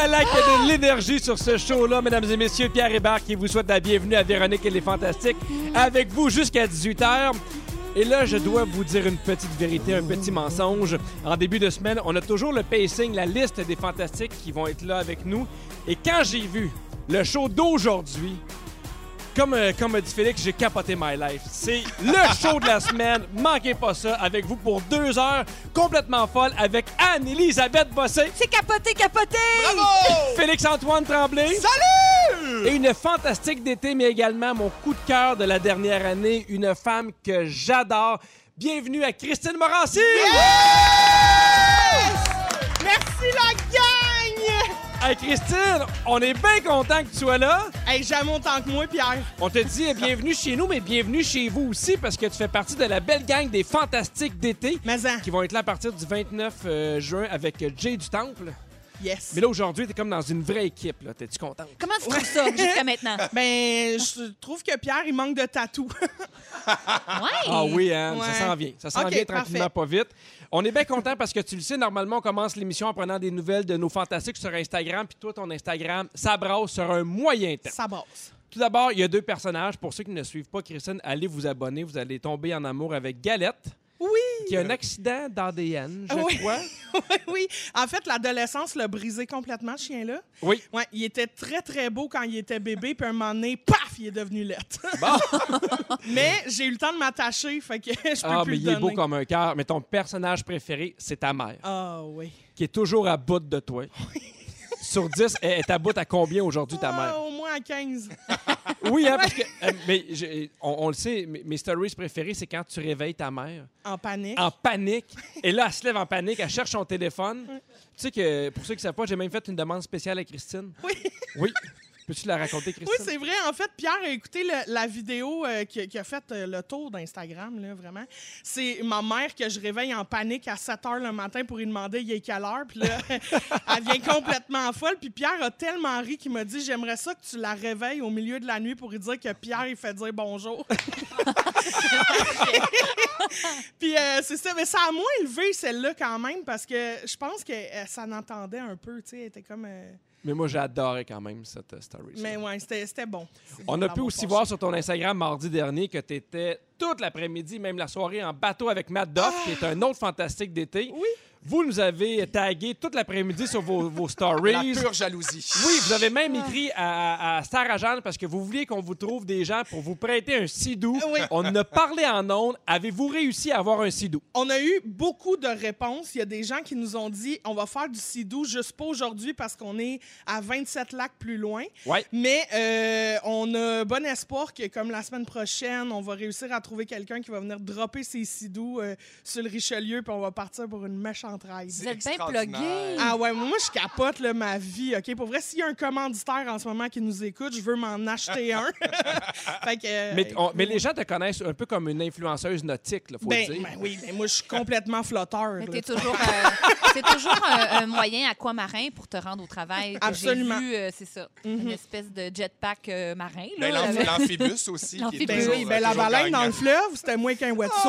Excellent qu'il y ait de l'énergie sur ce show-là, mesdames et messieurs. Pierre Hébert qui vous souhaite la bienvenue à Véronique et les Fantastiques avec vous jusqu'à 18h. Et là, je dois vous dire une petite vérité, un petit mensonge. En début de semaine, on a toujours le pacing, la liste des Fantastiques qui vont être là avec nous. Et quand j'ai vu le show d'aujourd'hui, comme a dit Félix, j'ai capoté my life. C'est le show de la semaine. Manquez pas ça avec vous pour 2 heures complètement folle avec Anne-Élisabeth Bossé. C'est capoté! Bravo! Félix-Antoine Tremblay. Salut! Et une fantastique d'été, mais également mon coup de cœur de la dernière année, une femme que j'adore. Bienvenue à Christine Morancy! Yes! Merci la gang! Hey Christine, on est bien content que tu sois là. Hey, j'aime autant que moi, Pierre. On te dit bienvenue chez nous, mais bienvenue chez vous aussi parce que tu fais partie de la belle gang des fantastiques d'été Mais en. qui vont être là à partir du 29 juin avec Jay du Temple. Yes. Mais là, aujourd'hui, t'es comme dans une vraie équipe. Là. T'es-tu contente? Comment tu trouves ça jusqu'à maintenant? Ben, je trouve que Pierre, il manque de tatou. Ouais! Ah oui, Anne, Ouais. ça s'en vient. Ça s'en OK, vient tranquillement, parfait. pas vite. On est bien content parce que tu le sais, normalement, on commence l'émission en prenant des nouvelles de nos fantastiques sur Instagram. Puis toi, ton Instagram, ça brasse sur un moyen temps. Ça brasse. Tout d'abord, il y a 2 personnages. Pour ceux qui ne suivent pas Christine, allez vous abonner. Vous allez tomber en amour avec Galette, Oui! qui a un accident d'ADN, je Oui. crois. Oui. En fait, l'adolescence l'a brisé complètement, ce chien-là. Oui. Ouais, il était très, très beau quand il était bébé, puis un moment donné, paf, il est devenu laid. Bon. Mais j'ai eu le temps de m'attacher, fait que je peux Ah, plus mais le il est beau donner. comme un cœur. Mais ton personnage préféré, c'est ta mère, Ah oui. qui est toujours à bout de toi. Sur 10, elle est à bout à combien aujourd'hui, ta mère? Ah, au moins à 15. Oui, hein, parce que mais on le sait, mes stories préférées, c'est quand tu réveilles ta mère En panique. en panique. Et là, elle se lève en panique, elle cherche son téléphone. Tu sais que, pour ceux qui ne savent pas, j'ai même fait une demande spéciale à Christine. Oui. Oui. Peux-tu la raconter, Christine? Oui, c'est vrai. En fait, Pierre a écouté la vidéo qui a fait le tour d'Instagram, là, vraiment. C'est ma mère que je réveille en panique à 7 h le matin pour lui demander il est quelle heure. Puis là, elle vient complètement folle. Puis Pierre a tellement ri qu'il m'a dit j'aimerais ça que tu la réveilles au milieu de la nuit pour lui dire que Pierre, il fait dire bonjour. Puis c'est ça. Mais ça a moins élevé celle-là quand même parce que je pense que ça n'entendait un peu. Tu sais, elle était comme. Mais moi, j'adorais quand même cette story. Mais ouais, c'était bon. C'est On bon a pu d'avoir aussi passé. voir sur ton Instagram mardi dernier que tu étais toute l'après-midi, même la soirée, en bateau avec Matt Doff, qui est un autre fantastique d'été. Oui. Vous nous avez tagué toute l'après-midi sur vos stories. La pure jalousie. Oui, vous avez même écrit à Sarah-Jeanne parce que vous vouliez qu'on vous trouve des gens pour vous prêter un sidou. Oui. On en a parlé en ondes. Avez-vous réussi à avoir un sidou? On a eu beaucoup de réponses. Il y a des gens qui nous ont dit on va faire du sidou, juste pas aujourd'hui parce qu'on est à 27 lacs plus loin. Ouais. Mais on a bon espoir que, comme la semaine prochaine, on va réussir à trouver quelqu'un qui va venir dropper ses sidous sur le Richelieu, puis on va partir pour une méchante ride. Vous êtes bien extraordinaire. plugués. Ah ouais, moi je capote là, ma vie, OK? Pour vrai, s'il y a un commanditaire en ce moment qui nous écoute, je veux m'en acheter un. Fait que, Mais les gens te connaissent un peu comme une influenceuse nautique, faut le dire. ben oui, mais moi je suis complètement flotteur. Mais là, t'es tu sais. toujours, c'est toujours un moyen aquamarin pour te rendre au travail. Que Absolument. J'ai vu, c'est ça. Une espèce de jetpack marin. Ben, Là, avec- l'amphibus aussi. Qui est L'amphibus. Ben toujours, oui, ben la toujours baleine dans gagnant. le fleuve, c'était moins qu'un wetsuit.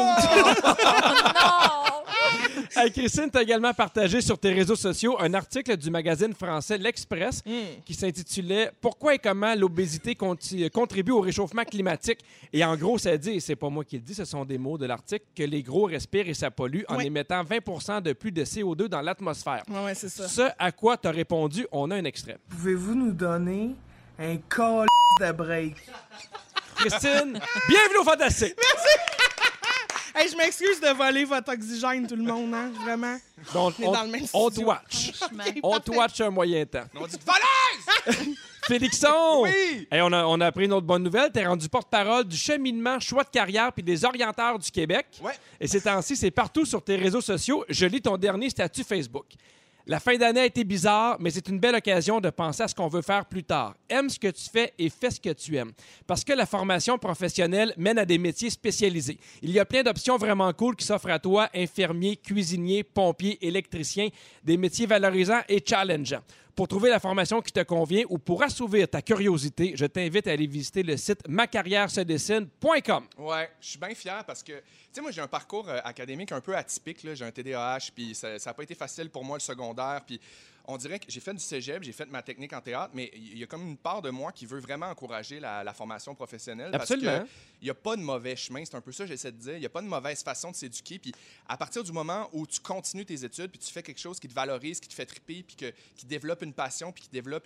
Non! Hey, Christine, tu as également partagé sur tes réseaux sociaux un article du magazine français L'Express qui s'intitulait « Pourquoi et comment l'obésité contribue au réchauffement climatique ?» Et en gros, ça dit, et c'est pas moi qui le dis, ce sont des mots de l'article, que les gros respirent et ça pollue en Oui. émettant 20 de plus de CO2 dans l'atmosphère. Ouais, c'est ça. Ce à quoi tu as répondu, on a un extrait. Pouvez-vous nous donner un call de break? Christine, bienvenue au Fantastique! Hey, je m'excuse de voler votre oxygène, tout le monde, hein, vraiment. Donc, On est dans le même on te studio. watch. Franchement. On te watch un moyen temps. On dit voleuse! Félixon! Oui! Hey, on a appris une autre bonne nouvelle. Tu es rendu porte-parole du cheminement choix de carrière puis des orienteurs du Québec. Ouais. Et ces temps-ci, c'est partout sur tes réseaux sociaux. Je lis ton dernier statut Facebook. La fin d'année a été bizarre, mais c'est une belle occasion de penser à ce qu'on veut faire plus tard. Aime ce que tu fais et fais ce que tu aimes. Parce que la formation professionnelle mène à des métiers spécialisés. Il y a plein d'options vraiment cool qui s'offrent à toi, infirmier, cuisinier, pompier, électricien, des métiers valorisants et challengeants. Pour trouver la formation qui te convient ou pour assouvir ta curiosité, je t'invite à aller visiter le site macarrièresedessine.com. Ouais, je suis bien fier parce que, tu sais, moi, j'ai un parcours académique un peu atypique. Là. J'ai un TDAH, puis ça n'a pas été facile pour moi le secondaire. Puis on dirait que j'ai fait du cégep, j'ai fait ma technique en théâtre, mais il y a comme une part de moi qui veut vraiment encourager la formation professionnelle. Absolument. Parce qu'il n'y a pas de mauvais chemin. C'est un peu ça que j'essaie de dire. Il n'y a pas de mauvaise façon de s'éduquer. Puis à partir du moment où tu continues tes études, puis tu fais quelque chose qui te valorise, qui te fait triper, puis qui développe une passion, puis qui développe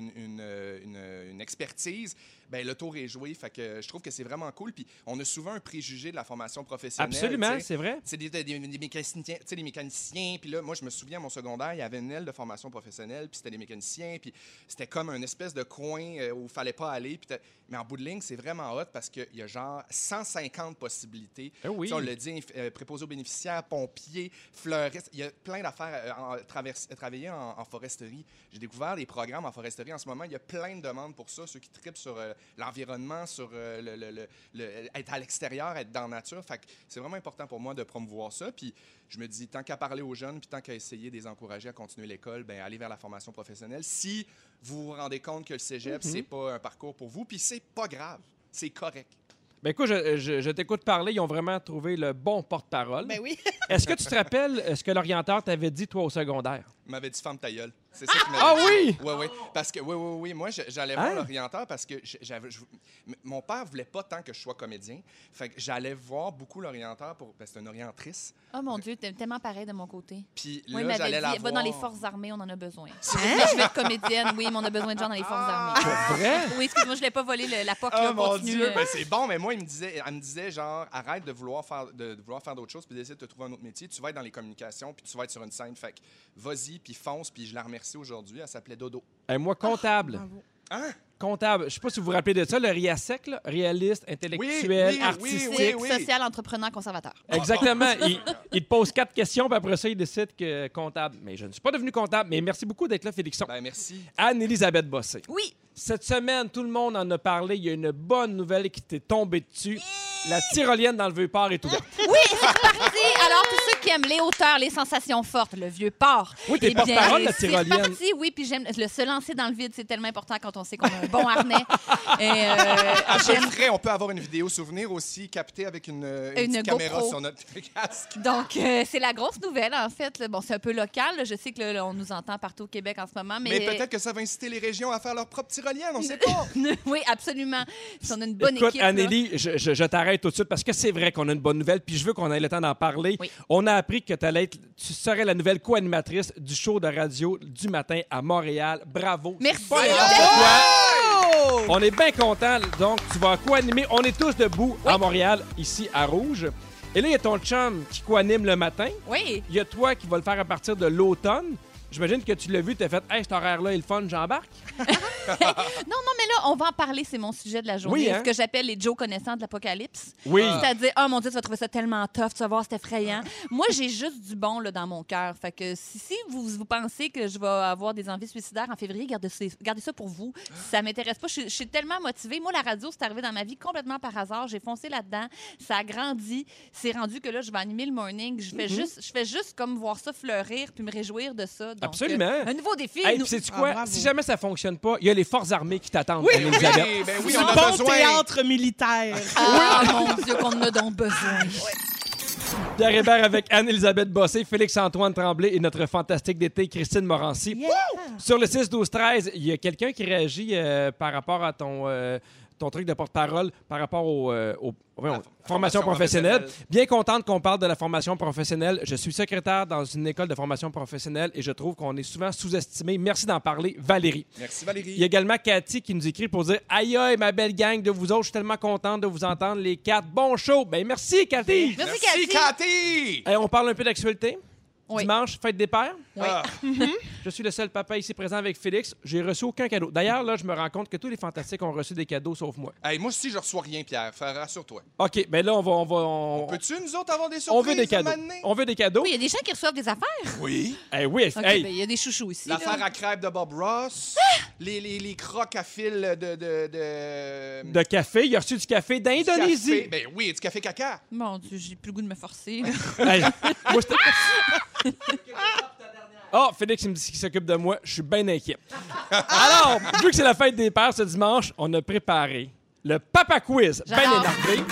une expertise, ben le tour est joué. Fait que je trouve que c'est vraiment cool. Puis on a souvent un préjugé de la formation professionnelle. Absolument, c'est vrai. C'est des mécaniciens, tu sais, les mécaniciens. Puis là, moi, je me souviens, à mon secondaire, il y avait une aile de formation professionnelle, puis c'était des mécaniciens, puis c'était comme une espèce de coin où il fallait pas aller. Mais en bout de ligne, c'est vraiment hot parce qu'il y a genre 150 possibilités. Oui. On le dit, préposé aux bénéficiaires, pompiers, fleuristes. Il y a plein d'affaires. Travailler en foresterie. J'ai découvert des programmes en foresterie en ce moment. Il y a plein de demandes pour ça. Ceux qui trippent sur l'environnement, sur être à l'extérieur, être dans la nature. Fait que c'est vraiment important pour moi de promouvoir ça. Puis je me dis, tant qu'à parler aux jeunes, puis tant qu'à essayer de les encourager à continuer l'école, ben aller vers la formation professionnelle. Si vous vous rendez compte que le cégep, c'est pas un parcours pour vous, puis c'est pas grave, c'est correct. Ben écoute, je t'écoute parler. Ils ont vraiment trouvé le bon porte-parole. Ben oui. Est-ce que tu te rappelles ce que l'orienteur t'avait dit, toi, au secondaire? Il m'avait dit « ferme ta gueule ». C'est ça qu'il m'avait Ah dit. oui? Oui. Parce que, oui. Moi, j'allais voir l'orienteur parce que mon père voulait pas tant que je sois comédien. Fait que j'allais voir beaucoup l'orienteur parce que c'est une orientrice. Oh mon Dieu, t'es tellement pareil de mon côté. Puis Oui, là, mais j'allais la va voir. dans les forces armées, on en a besoin. Moi, je vais être comédienne, oui, mais on a besoin de gens dans les forces armées. Pour vrai? Oui, excuse-moi, je l'ai pas volé la POC. Oh là, mon continue. Dieu! Ben, c'est bon, mais moi, elle me disait genre, arrête de vouloir faire d'autres choses puis d'essayer de te trouver un autre métier. Tu vas être dans les communications puis tu vas être sur une scène. Fait que vas-y, puis fonce. Puis je la remercie aujourd'hui. Elle s'appelait Dodo. Moi, comptable. Bravo. Hein? Comptable. Je sais pas si vous vous rappelez de ça, le RIASEC, là, réaliste, intellectuel, oui, artistique. oui. Social, entrepreneur, conservateur. Exactement. Il te pose 4 questions, puis après ça, il décide que comptable. Mais je ne suis pas devenu comptable. Mais merci beaucoup d'être là, Félixon. Ben, merci. Anne-Élisabeth Bossé. Oui. Cette semaine, tout le monde en a parlé. Il y a une bonne nouvelle qui t'est tombée dessus. La tyrolienne dans le Vieux-Port est ouverte. Oui, c'est parti. Alors, tous ceux qui aiment les hauteurs, les sensations fortes, le Vieux-Port. Oui, t'es porte-parole de la tyrolienne. C'est parti, oui, puis j'aime se lancer dans le vide. C'est tellement important quand on sait qu'on a un bon harnais. On peut avoir une vidéo souvenir aussi captée avec une petite caméra GoPro sur notre casque. Donc, c'est la grosse nouvelle, en fait. Bon, c'est un peu local. Je sais que on nous entend partout au Québec en ce moment. Mais peut-être que ça va inciter les régions à faire leur propre tyrolienne, on sait pas. Oui, absolument. Si on a une bonne Écoute, équipe. Anneli, je t'arrête tout de suite parce que c'est vrai qu'on a une bonne nouvelle, puis je veux qu'on ait le temps d'en parler. Oui. On a appris que tu serais la nouvelle co-animatrice du show de radio du matin à Montréal. Bravo. Merci. C'est pas n'importe quoi. On est bien contents. Donc, tu vas co-animer. On est tous debout à Montréal, ici à Rouge. Et là, il y a ton chum qui co-anime le matin. Oui. Il y a toi qui vas le faire à partir de l'automne. J'imagine que tu l'as vu, tu as fait « Hey, cet horaire-là est le fun, j'embarque. » Non, mais là, on va en parler. C'est mon sujet de la journée. Oui, hein? Ce que j'appelle les Joe connaissants de l'apocalypse. Oui. C'est-à-dire, oh mon Dieu, tu vas trouver ça tellement tough, tu vas voir, c'est effrayant. Moi, j'ai juste du bon là, dans mon cœur. Fait que si vous pensez que je vais avoir des envies suicidaires en février, gardez ça pour vous. Ça m'intéresse pas. Je suis tellement motivée. Moi, la radio, c'est arrivé dans ma vie complètement par hasard. J'ai foncé là-dedans. Ça a grandi. C'est rendu que là, je vais animer le morning. Je fais juste comme voir ça fleurir puis me réjouir de ça. Donc, Absolument. un nouveau défi. Hey, puis sais-tu quoi? bravo. Si jamais ça fonctionne pas, il y a les forces armées qui t'attendent, Anne-Élisabeth. Oui, on Du a bon besoin. théâtre militaire. Ah, mon Dieu, qu'on en a donc besoin. Pierre Hébert avec Anne-Élisabeth Bossé, Félix-Antoine Tremblay et notre fantastique d'été, Christine Morancy. Sur le 6-12-13, il y a quelqu'un qui réagit par rapport à ton truc de porte-parole, par rapport au formation professionnelle. Bien contente qu'on parle de la formation professionnelle. Je suis secrétaire dans une école de formation professionnelle et je trouve qu'on est souvent sous-estimé. Merci d'en parler, Valérie. Merci, Valérie. Il y a également Cathy qui nous écrit pour dire « Aïe, aïe, ma belle gang de vous autres, je suis tellement contente de vous entendre, les quatre. Bon show! » Ben merci, Cathy! Merci, Cathy! Hey, on parle un peu d'actualité. Oui. Dimanche, fête des pères. Oui. Ah. Je suis le seul papa ici présent avec Félix. J'ai reçu aucun cadeau. D'ailleurs, là, je me rends compte que tous les fantastiques ont reçu des cadeaux sauf moi. Hey, moi aussi, je reçois rien, Pierre. Rassure-toi. OK, ben là, on Peux-tu, nous autres, avoir des on surprises? veut des cadeaux. On veut des cadeaux. Oui, il y a des gens qui reçoivent des affaires. Oui. Eh oui, OK, hey, ben, il y a des chouchous ici. L'affaire là. à crêpes de Bob Ross. Les crocs à fil de café. Il a reçu du café du d'Indonésie. café. Ben oui, du café caca. Mon Dieu, j'ai plus le goût de me forcer. Hey, moi, oh, Félix, il me dit qu'il s'occupe de moi. Je suis bien inquiet. Alors, vu que c'est la fête des pères ce dimanche, on a préparé le Papa Quiz. Ben J'adore. énervé.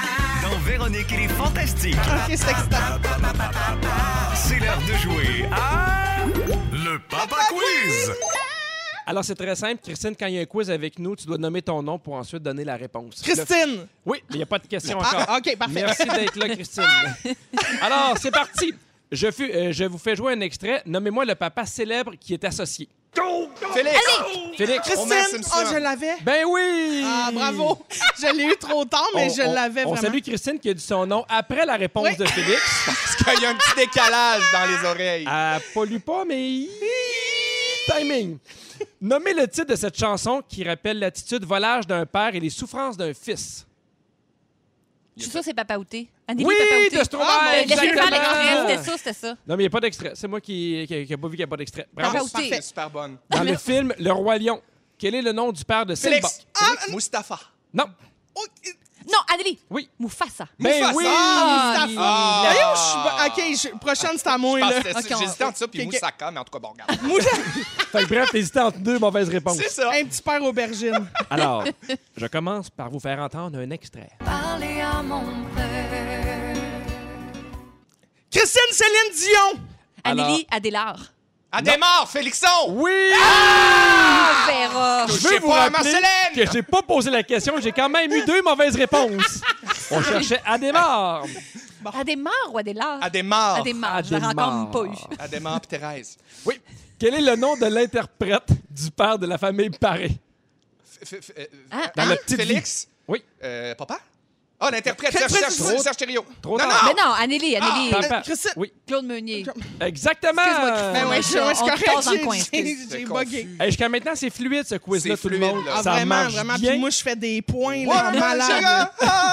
dans Véronique et les Fantastiques. OK, c'est excitant. C'est l'heure de jouer à... Le Papa Quiz! Alors, c'est très simple. Christine, quand il y a un quiz avec nous, tu dois nommer ton nom pour ensuite donner la réponse. Christine! Oui, mais il n'y a pas de question encore. Ah, OK, parfait. Merci d'être là, Christine. Alors, c'est parti. Je vous fais jouer un extrait. Nommez-moi le papa célèbre qui est associé. Félix! Félix. Homer Christine! Simpson. Oh, je l'avais. Ben oui! Ah, bravo. Je l'ai eu trop tard, mais je l'avais On vraiment. salue Christine qui a dit son nom après la réponse Oui. de Félix. Parce qu'il y a un petit décalage dans les oreilles. Elle pollue pas, mais... Timing. Nommez le titre de cette chanson qui rappelle l'attitude volage d'un père et les souffrances d'un fils. Je suis sûre que c'est Papa Outé. Anneli, Oui, Papa Outé. de Stromae, Laissez-le faire exactement. l'extrait, c'était ça. Non, mais il n'y a pas d'extrait. C'est moi qui n'a pas vu qu'il n'y a pas d'extrait. Bravo. Papa Outé. C'est super bonne. Dans le film Le Roi Lion, quel est le nom du père de Simba? Félix! Mustapha. Non. Oh, Non, Anneli. Oui. Mufasa. Ben Mufasa. oui! Ah, Ah. voyons, OK, prochaine, c'est à moi, là. Ok, on- J'hésitais entre ça et Ok. Moussaka, mais en tout cas, bon, regarde. Fait que bref, t'hésitais entre deux mauvaises réponses. C'est ça. Un petit père aubergine. Alors, je commence par vous faire entendre un extrait. Parlez à mon père. Christine Céline Dion. Anneli Adélard. Adémar, Félixon! Oui! Ah, Vera. Je Touchez veux vous pas à rappeler Marcelline! que j'ai pas posé la question. J'ai quand même eu deux mauvaises réponses. On cherchait Adémar. Adémar ou Adélard? Adémar. Adémar. Je l'aurais Adémar. encore pas eu. Adémar puis Thérèse. Oui. Quel est le nom de l'interprète du père de la famille Paré? Dans la petite Félix? Oui. Papa? Ah, l'interprète, Serge Serge Thériault. Trop Non, tard. Mais non, Anneli. Papa. Christine. Oui. Claude Meunier. Exactement. Ben ouais, je suis On correct. passe dans le coin, J'ai C'est bugué. confus. Hey, jusqu'à maintenant, c'est fluide, ce quiz-là, C'est tout le fluide, monde. là. Ah, Ça vraiment, marche vraiment. bien. Puis moi, je fais des points, Ouais, là, malade.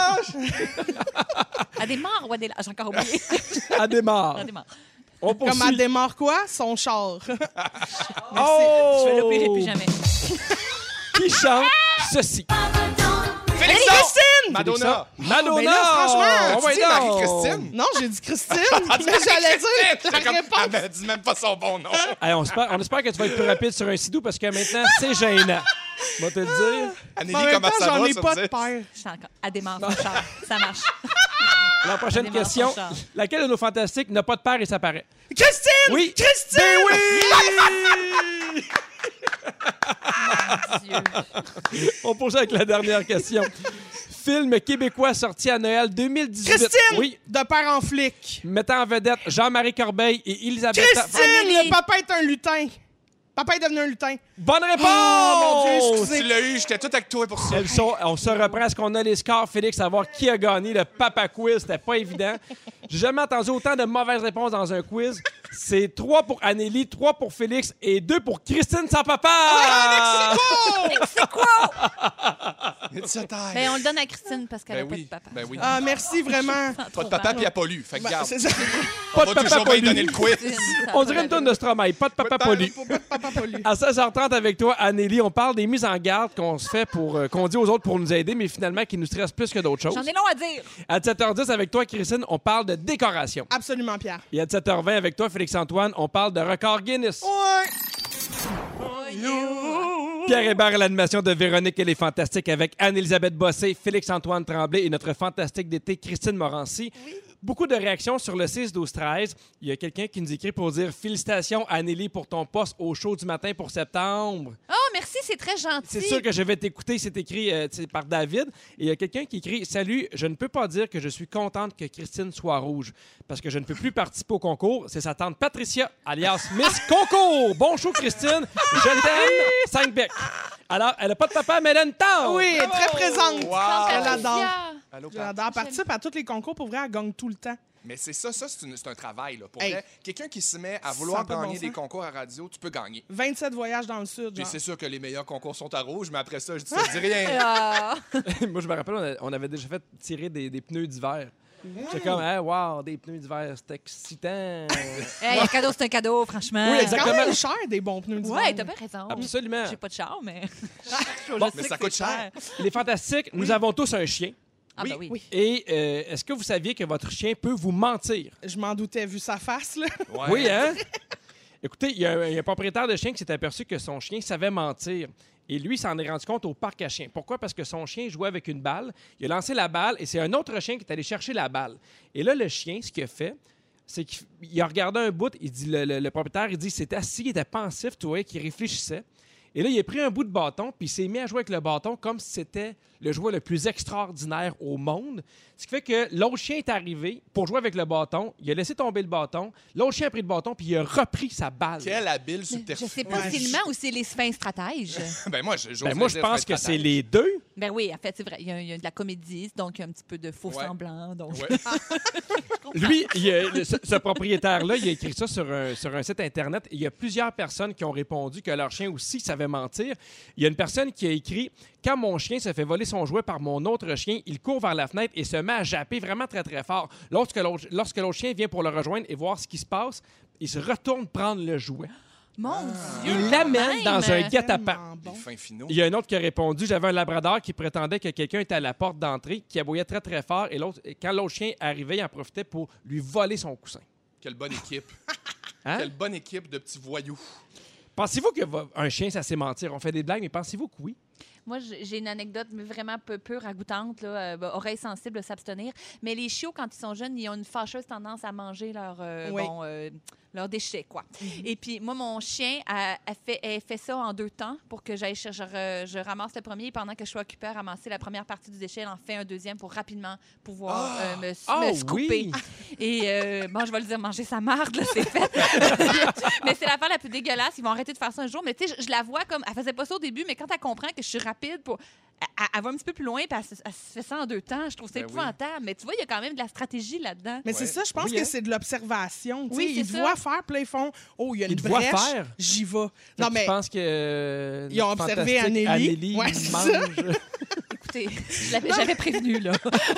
Adémar ou Adélard? J'ai encore oublié. Adémar. Adémar. On Comme elle poursuit. démarre quoi? Son char. Oh! Je vais l'oublier plus jamais. Qui chante ceci? Félixon! Christine! Madonna! Madonna! Ben là, franchement, Oh, Tu ouais, dis non. Marie-Christine? Non, j'ai dit Christine, mais j'allais dire la C'est comme- réponse. Elle m'a dit même pas son bon nom. Hey, on espère que tu vas être plus rapide sur un sidou parce que maintenant, c'est gênant. Je vais te le dire. Anneli, Mais en même comment temps, ça j'en va, ai ça pas veut de dire? père. Je suis encore. Adémar, son char. Ça marche. La prochaine Adémar, question. son char. Laquelle de nos fantastiques n'a pas de père et ça paraît? Christine! Oui. Christine! Ben oui! Dieu. On poursuit avec la dernière question. Film québécois sorti à Noël 2018. Christine! Oui. De père en flic. Mettant en vedette Jean-Marie Corbeil et Elisabeth... Christine! Anneli. Le papa est un lutin. Papa est devenu un lutin. Bonne réponse! Oh, mon Dieu, Tu l'as eu, j'étais tout avec toi pour ça. On se reprend. Est-ce qu'on a les scores, Félix, savoir qui a gagné le Papa Quiz? C'était pas évident. J'ai jamais entendu autant de mauvaises réponses dans un quiz. C'est 3 pour Anneli, 3 pour Félix et 2 pour Christine sans papa! C'est quoi? It's a time. Ben, on le donne à Christine parce qu'elle Ben n'a pas oui, de papa. ben oui. Ah, merci vraiment. Pas de papa puis elle a pas lu. Fait que Ben, garde. c'est ça. Pas On de va papa toujours bien pollu. donner le quiz. On dirait une tonne de Stromae. Pas de papa poli. Pas de papa poli. À 16h30 avec toi, Anneli, on parle des mises en garde qu'on se fait qu'on dit aux autres pour nous aider, mais finalement qui nous stressent plus que d'autres choses. J'en ai long à dire. À 7h10 avec toi, Christine, on parle de décoration. Absolument, Pierre. Et à 7h20 avec toi, Félix-Antoine, on parle de record Guinness. Ouais. Pierre Hébert à l'animation de Véronique et les Fantastiques avec Anne-Élisabeth Bossé, Félix-Antoine Tremblay et notre fantastique d'été, Christine Morancy. Beaucoup de réactions sur le 6-12-13. Il y a quelqu'un qui nous écrit pour dire « Félicitations, Anneli, pour ton poste au show du matin pour septembre. » Oh, merci, c'est très gentil. C'est sûr que je vais t'écouter. C'est écrit par David. Et il y a quelqu'un qui écrit « Salut, je ne peux pas dire que je suis contente que Christine soit rouge parce que je ne peux plus participer au concours. C'est sa tante Patricia, alias Miss Concours. Bon show, Christine. Je t'aime. 5 becs. » Alors, elle n'a pas de papa, mais elle a une tante. Oui, elle est très présente. Wow. Elle adore. Allô, Je Pat? l'adore. Elle participe à tous les concours. Pour vrai, elle gagne tout le temps. Mais c'est ça, c'est un travail. Là. Pour Hey. vrai, quelqu'un qui se met à Ça vouloir a pas de gagner bon des sens. concours à radio, tu peux gagner. 27 voyages dans le sud. Puis genre. c'est sûr que les meilleurs concours sont à rouge, mais après ça, je dis ça, je dis rien. Ah. Moi, je me rappelle, on avait déjà fait tirer des pneus d'hiver. J'étais comme, hey, wow, des pneus d'hiver, c'est excitant. Hey, un cadeau, c'est un cadeau, franchement. Oui, C'est exactement. quand même cher, des bons pneus d'hiver. Ouais, t'as bien raison. Absolument. J'ai pas de char, mais. Bon, mais ça coûte cher. Les Fantastiques, nous avons tous un chien. Ah, ben oui. Oui. Et est-ce que vous saviez que votre chien peut vous mentir? Je m'en doutais, vu sa face, là. Ouais. Oui, hein? Écoutez, il y a un propriétaire de chien qui s'est aperçu que son chien savait mentir. Et lui, il s'en est rendu compte au parc à chiens. Pourquoi? Parce que son chien jouait avec une balle. Il a lancé la balle et c'est un autre chien qui est allé chercher la balle. Et là, le chien, ce qu'il a fait, c'est qu'il a regardé un bout. Il dit, le propriétaire, il dit, il s'était assis, il était pensif, tu vois, qu'il réfléchissait. Et là, il a pris un bout de bâton, puis il s'est mis à jouer avec le bâton comme si c'était le jouet le plus extraordinaire au monde. Ce qui fait que l'autre chien est arrivé pour jouer avec le bâton. Il a laissé tomber le bâton. L'autre chien a pris le bâton, puis il a repris sa balle. Quel habile Je subterfuge. sais pas si c'est le ou c'est les fins stratèges. Moi, je pense que c'est les deux. Ben oui, en fait, c'est vrai. Il y a de la comédie, donc il y a un petit peu de faux semblant. Donc... Ouais. Lui, ce propriétaire-là, il a écrit ça sur un site Internet. Il y a plusieurs personnes qui ont répondu que leur chien aussi savait mentir. Il y a une personne qui a écrit « Quand mon chien se fait voler son jouet par mon autre chien, il court vers la fenêtre et se met à japper vraiment très, très fort. Lorsque l'autre chien vient pour le rejoindre et voir ce qui se passe, il se retourne prendre le jouet. Mon Dieu! Il l'amène dans un guet-apens. Tellement bon. Fin finaux. Il y a un autre qui a répondu, j'avais un labrador qui prétendait que quelqu'un était à la porte d'entrée, qui aboyait très, très fort, et quand l'autre chien arrivait, il en profitait pour lui voler son coussin. Quelle bonne équipe. Hein? Quelle bonne équipe de petits voyous. Pensez-vous qu'un chien, ça sait mentir? On fait des blagues, mais pensez-vous que oui? Moi, j'ai une anecdote mais vraiment peu ragoûtante, là, oreilles sensibles, s'abstenir. Mais les chiots, quand ils sont jeunes, ils ont une fâcheuse tendance à manger leurs déchets, quoi. Et puis, moi, mon chien elle fait ça en 2 temps pour que je ramasse le premier. Et pendant que je suis occupée à ramasser la première partie du déchet, elle en fait un deuxième pour rapidement pouvoir me scooper. Oui. Et bon, je vais le dire, manger sa marde, là, c'est fait. Mais c'est l'affaire la plus dégueulasse. Ils vont arrêter de faire ça un jour. Mais tu sais, je la vois comme... Elle faisait pas ça au début, mais quand elle comprend que je suis rapide, elle va un petit peu plus loin, puis elle se fait ça en 2 temps. Je trouve ça épouvantable. Mais tu vois, il y a quand même de la stratégie là-dedans. Mais c'est ça, je pense que c'est de l'observation. Oui, ils c'est te ça. voient faire, puis là, ils font « Oh, il y a une Ils te voient brèche, faire? j'y vais. » Tu penses que Ils ont observé fantastique Anneli. Ouais, c'est mange... Écoutez, j'avais prévenu, là.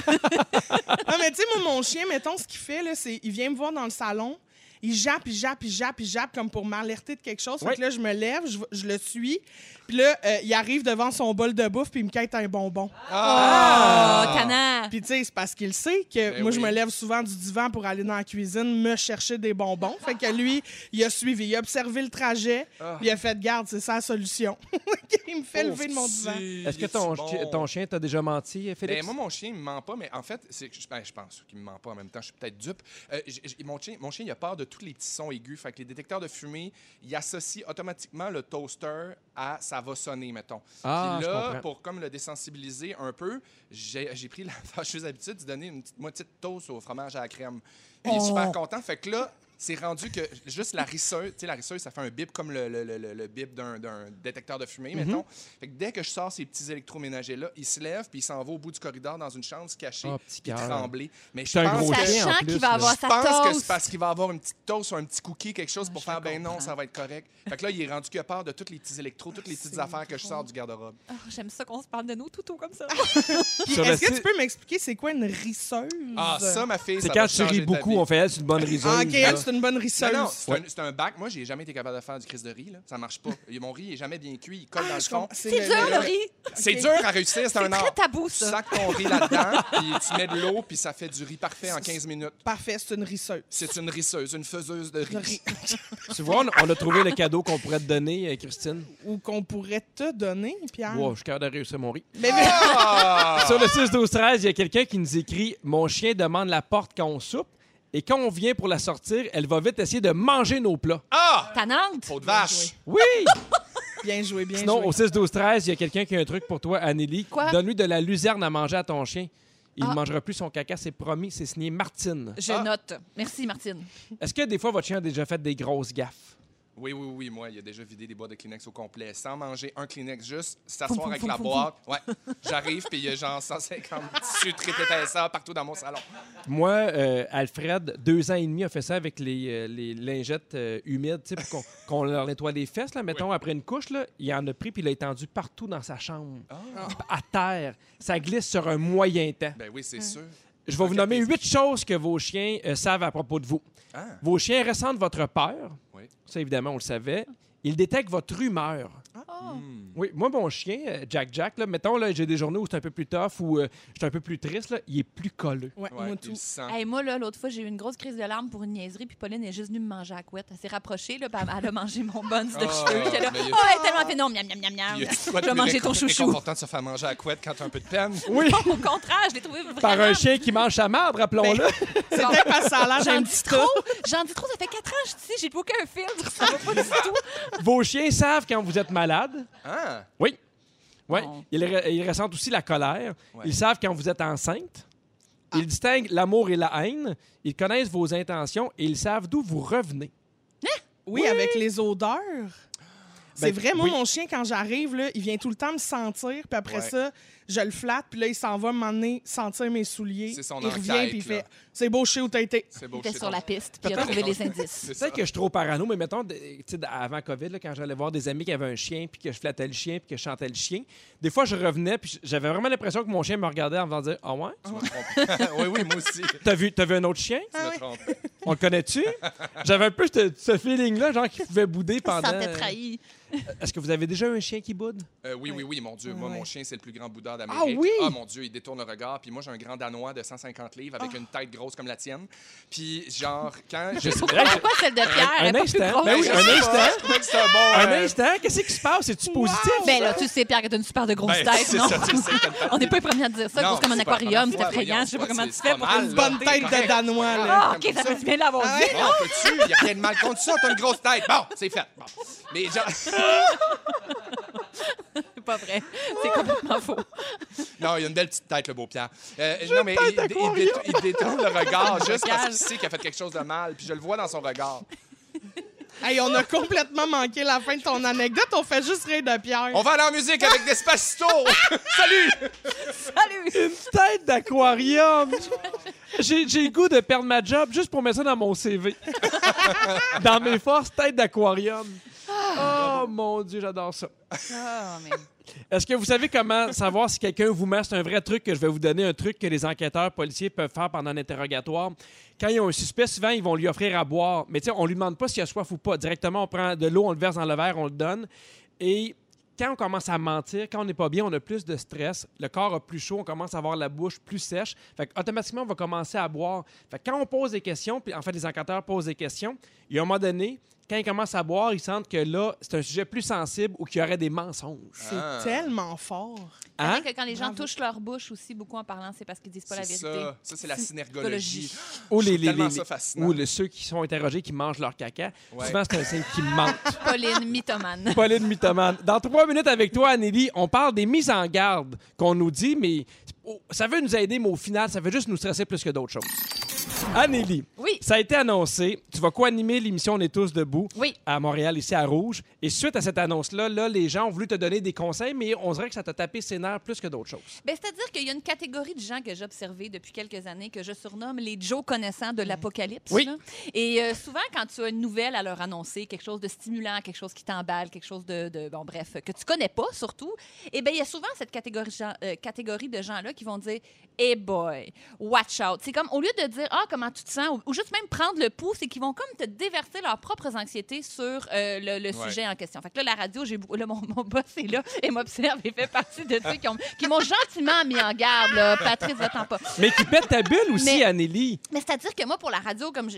Non, mais tu sais, moi, mon chien, mettons, ce qu'il fait, là, c'est il vient me voir dans le salon, il jappe comme pour m'alerter de quelque chose. Fait que là, je me lève, je le suis. Puis là, il arrive devant son bol de bouffe puis il me quête un bonbon. Oh, tannant! Puis tu sais, c'est parce qu'il sait que moi, je me lève souvent du divan pour aller dans la cuisine me chercher des bonbons. Fait que lui, il a suivi, il a observé le trajet, puis il a fait « Garde, c'est ça la solution. » Il me fait lever de mon divan. Est-ce que ton chien t'a déjà menti, Félix? Ben, moi, mon chien, il me ment pas, mais en fait, je pense qu'il me ment pas en même temps. Je suis peut-être dupe. Mon chien, il a peur de tous les petits sons aigus. Fait que les détecteurs de fumée, ils associent automatiquement le toaster à ça va sonner, mettons. Ah, Puis je là, comprends. pour comme le désensibiliser un peu, j'ai pris la fâcheuse habitude de donner une petite moitié de toast au fromage à la crème. Il est super content. Fait que là, c'est rendu que juste la risseuse, tu sais, la risseuse, ça fait un bip comme le bip d'un détecteur de fumée, mettons. Fait que dès que je sors ces petits électroménagers-là, il se lève puis il s'en va au bout du corridor dans une chambre se cacher petit puis cœur. trembler. Mais C'est un gros chien, en Sachant plus, qu'il va là. avoir je sa pense que toast. c'est parce qu'il va avoir une petite toast ou un petit cookie, quelque chose pour faire ben non, comprends. ça va être correct. Fait que là, il est rendu qu'il a peur de tous les petits électros, toutes les petites affaires que je sors du garde-robe. Oh, j'aime ça qu'on se parle de nos toutous comme ça. Puis Sur le est-ce que site- tu peux m'expliquer c'est quoi une risseuse? Ah, ça, ma fille, C'est ça quand va tu changer ris ta beaucoup, vie. on fait elle, c'est une bonne riseuse. Ah, OK, là. elle, c'est une bonne risseuse. Non, c'est un bac. Moi, j'ai jamais été capable de faire du crise de riz. Là. Ça marche pas. Mon riz est jamais bien cuit. Il colle dans le je fond. comprends. C'est dur, le riz. C'est dur à réussir, c'est un C'est art. très tabou, Tu ça. sacs ton riz là-dedans, puis tu mets de l'eau, puis ça fait du riz parfait en 15 minutes. Parfait, c'est une risseuse. C'est une risseuse, une faiseuse de riz. Tu vois, on a trouvé le cadeau qu'on pourrait te donner, Christine. Ou qu'on pourrait te donner, Pierre. Wow, je suis capable de réussir mon riz. Mais Ah! Sur le 6-12-13, il y a quelqu'un qui nous écrit « Mon chien demande la porte quand on soupe et quand on vient pour la sortir, elle va vite essayer de manger nos plats. Ah! Tannante. Faute vache! Oui! bien joué, bien Sinon, joué. au 6-12-13, il y a quelqu'un qui a un truc pour toi, Anneli. Quoi? Donne-lui de la luzerne à manger à ton chien. Il ne mangera plus son caca, c'est promis. C'est signé Martine. Je note. Merci, Martine. Est-ce que des fois, votre chien a déjà fait des grosses gaffes? Oui, moi, il a déjà vidé des boîtes de Kleenex au complet, sans manger un Kleenex, juste s'asseoir avec la boîte. Ouais, j'arrive, puis il y a genre 150 tissus épaisseurs partout dans mon salon. Moi, Alfred, 2 ans et demi, a fait ça avec les lingettes humides, tu sais, pour qu'on leur nettoie les fesses, là, mettons, après une couche, là, il en a pris, puis il l'a étendu partout dans sa chambre, à terre. Ça glisse sur un moyen temps. Ben oui, c'est sûr. Je vais vous nommer 8 choses que vos chiens savent à propos de vous. Ah. Vos chiens ressentent votre peur. Oui. Ça, évidemment, on le savait. Ils détectent votre humeur. Oui, moi, mon chien, Jack, là, mettons, là, j'ai des journées où c'est un peu plus tough ou je suis un peu plus triste, là, il est plus colleux. Ouais, Ouais, moi tu tout. le sens. Hey, moi, là, l'autre fois, j'ai eu une grosse crise de larmes pour une niaiserie, puis Pauline est juste venue me manger à la couette. Elle s'est rapprochée, là, puis elle a mangé mon buns de cheveux. J'étais là, mais il y a- oh, elle est tellement fait non, miam, miam, miam, miam. Y a-tu quoi de Je vais plus manger ton chouchou. réconfortant de se faire manger à la couette quand t'as un peu de peine? Oui, Au contraire, je l'ai trouvé vraiment... par un chien qui mange sa marde, rappelons-le. C'est peut-être parce que ça a l'air J'en d'un dis petit trop, ça fait 4 ans que je suis ici, j'ai plus aucun filtre, ça va pas du tout. Vos chiens savent quand vous êtes malade. Ah! Oui. Oui. Bon. Ils ressentent aussi la colère. Ouais. Ils savent quand vous êtes enceinte. Ils distinguent l'amour et la haine. Ils connaissent vos intentions et ils savent d'où vous revenez. Oui, avec les odeurs. C'est vrai, moi, oui. mon chien, quand j'arrive, là, il vient tout le temps me sentir, puis après Ouais. ça, je le flatte, puis là, il s'en va m'emmener sentir mes souliers. C'est son il revient, enquête, puis il là. fait « C'est beau, chien, où t'as été? C'est beau. Il était c'est sur ton- la piste, puis il a trouvé les indices. C'est ça. Peut-être que je suis trop parano, mais mettons, tu sais, avant COVID, là, quand j'allais voir des amis qui avaient un chien, puis que je flattais le chien, puis que je chantais le chien, des fois, je revenais, puis j'avais vraiment l'impression que mon chien me regardait en me disant « Ah ouais? Tu me trompes. Oui, moi aussi. T'as vu un autre chien? Tu me trompes. On le connaît-tu? » J'avais un peu ce feeling-là, genre qu'il pouvait bouder Il se pendant... sentait trahi. Est-ce que vous avez déjà eu un chien qui boude? Oui, mon Dieu. Moi, Ouais. mon chien, c'est le plus grand boudeur d'Amérique. Ah oui? Ah, mon Dieu, il détourne le regard. Puis moi, j'ai un grand Danois de 150 livres avec une tête grosse comme la tienne. Puis, genre, quand je... Pourquoi pas celle de Pierre? Elle est Un pas plus instant. grosse. Ben oui, un instant. Je trouvais que c'était un bon... Un instant, qu'est-ce qui se passe? C'est-tu positif? Ben là, tu sais, Pierre, que t'as une super de grosse Ben, tête, c'est non? ça, tu sais, t'as une tête- On n'est pas les premiers à te dire ça, Non, grosse comme un c'est pas la aquarium, c'est première fois, effrayant. Je sais pas voyons, comment tu c'est fais pas pour mal, une là. Bonne T'es tête de correct. Danois, là. Ah, comme OK, ça ça. fait bien l'avoir dit. Bon, peux-tu? Il n'y a rien de mal contre ça. T'as une grosse tête. Bon, c'est fait. Bon. Mais genre... C'est pas vrai. C'est complètement faux. Non, il a une belle petite tête, le beau Pierre. Non, mais il détourne le regard juste parce qu'il sait qu'il a fait quelque chose de mal. Puis je le vois dans son regard. Hey, on a complètement manqué la fin de ton anecdote. On fait juste rire de Pierre. On va aller en musique avec Despacito. Salut! Salut! Une tête d'aquarium! J'ai le goût de perdre ma job juste pour mettre ça dans mon CV. Dans mes forces, tête d'aquarium. Oh mon Dieu, j'adore ça. Ah, mais... Est-ce que vous savez comment savoir si quelqu'un vous ment? C'est un vrai truc que je vais vous donner, un truc que les enquêteurs policiers peuvent faire pendant un interrogatoire. Quand ils ont un suspect, souvent, ils vont lui offrir à boire. Mais tu sais, on lui demande pas s'il a soif ou pas. Directement, on prend de l'eau, on le verse dans le verre, on le donne. Et quand on commence à mentir, quand on n'est pas bien, on a plus de stress, le corps a plus chaud, on commence à avoir la bouche plus sèche. Fait automatiquement, on va commencer à boire. Fait que quand on pose des questions, puis en fait, les enquêteurs posent des questions, il y a un moment donné, quand ils commencent à boire, ils sentent que là, c'est un sujet plus sensible ou qu'il y aurait des mensonges. C'est Ah. tellement fort. Hein? Que quand les gens Bravo. touchent leur bouche aussi, beaucoup en parlant, c'est parce qu'ils disent pas la C'est vérité. ça. Ça, c'est la synergologie. Ou Je trouve tellement ça fascinant. ou ceux qui sont interrogés qui mangent leur caca. Ouais. Souvent, c'est un signe qu'ils mentent. Pauline, mythomane. Pauline mythomane. Dans 3 minutes avec toi, Anneli, on parle des mises en garde qu'on nous dit, mais ça veut nous aider, mais au final, ça veut juste nous stresser plus que d'autres choses. Anneli, Oui. ça a été annoncé. Tu vas co-animer l'émission On est tous debout Oui. à Montréal, ici à Rouge. Et suite à cette annonce-là, là, les gens ont voulu te donner des conseils, mais on dirait que ça t'a tapé ses nerfs plus que d'autres choses. Ben, c'est-à-dire qu'il y a une catégorie de gens que j'ai observée depuis quelques années que je surnomme les Joe connaissants de l'apocalypse. Oui. là. Et souvent, quand tu as une nouvelle à leur annoncer, quelque chose de stimulant, quelque chose qui t'emballe, quelque chose bon, bref, que tu connais pas surtout, eh bien, il y a souvent cette catégorie de gens-là qui vont dire « Hey boy, watch out ». C'est comme, au lieu de dire « Ah, comment tu te sens », ou juste même prendre le pouls, c'est qu'ils vont comme te déverser leurs propres anxiétés sur le sujet en question. Fait que là, la radio, là, mon boss est là et m'observe et fait partie de ceux qui m'ont gentiment mis en garde, là. Patrice, va-t'en pas. Mais qui pète ta bulle aussi, Mais- Anneli. Mais c'est-à-dire que moi, pour la radio, comme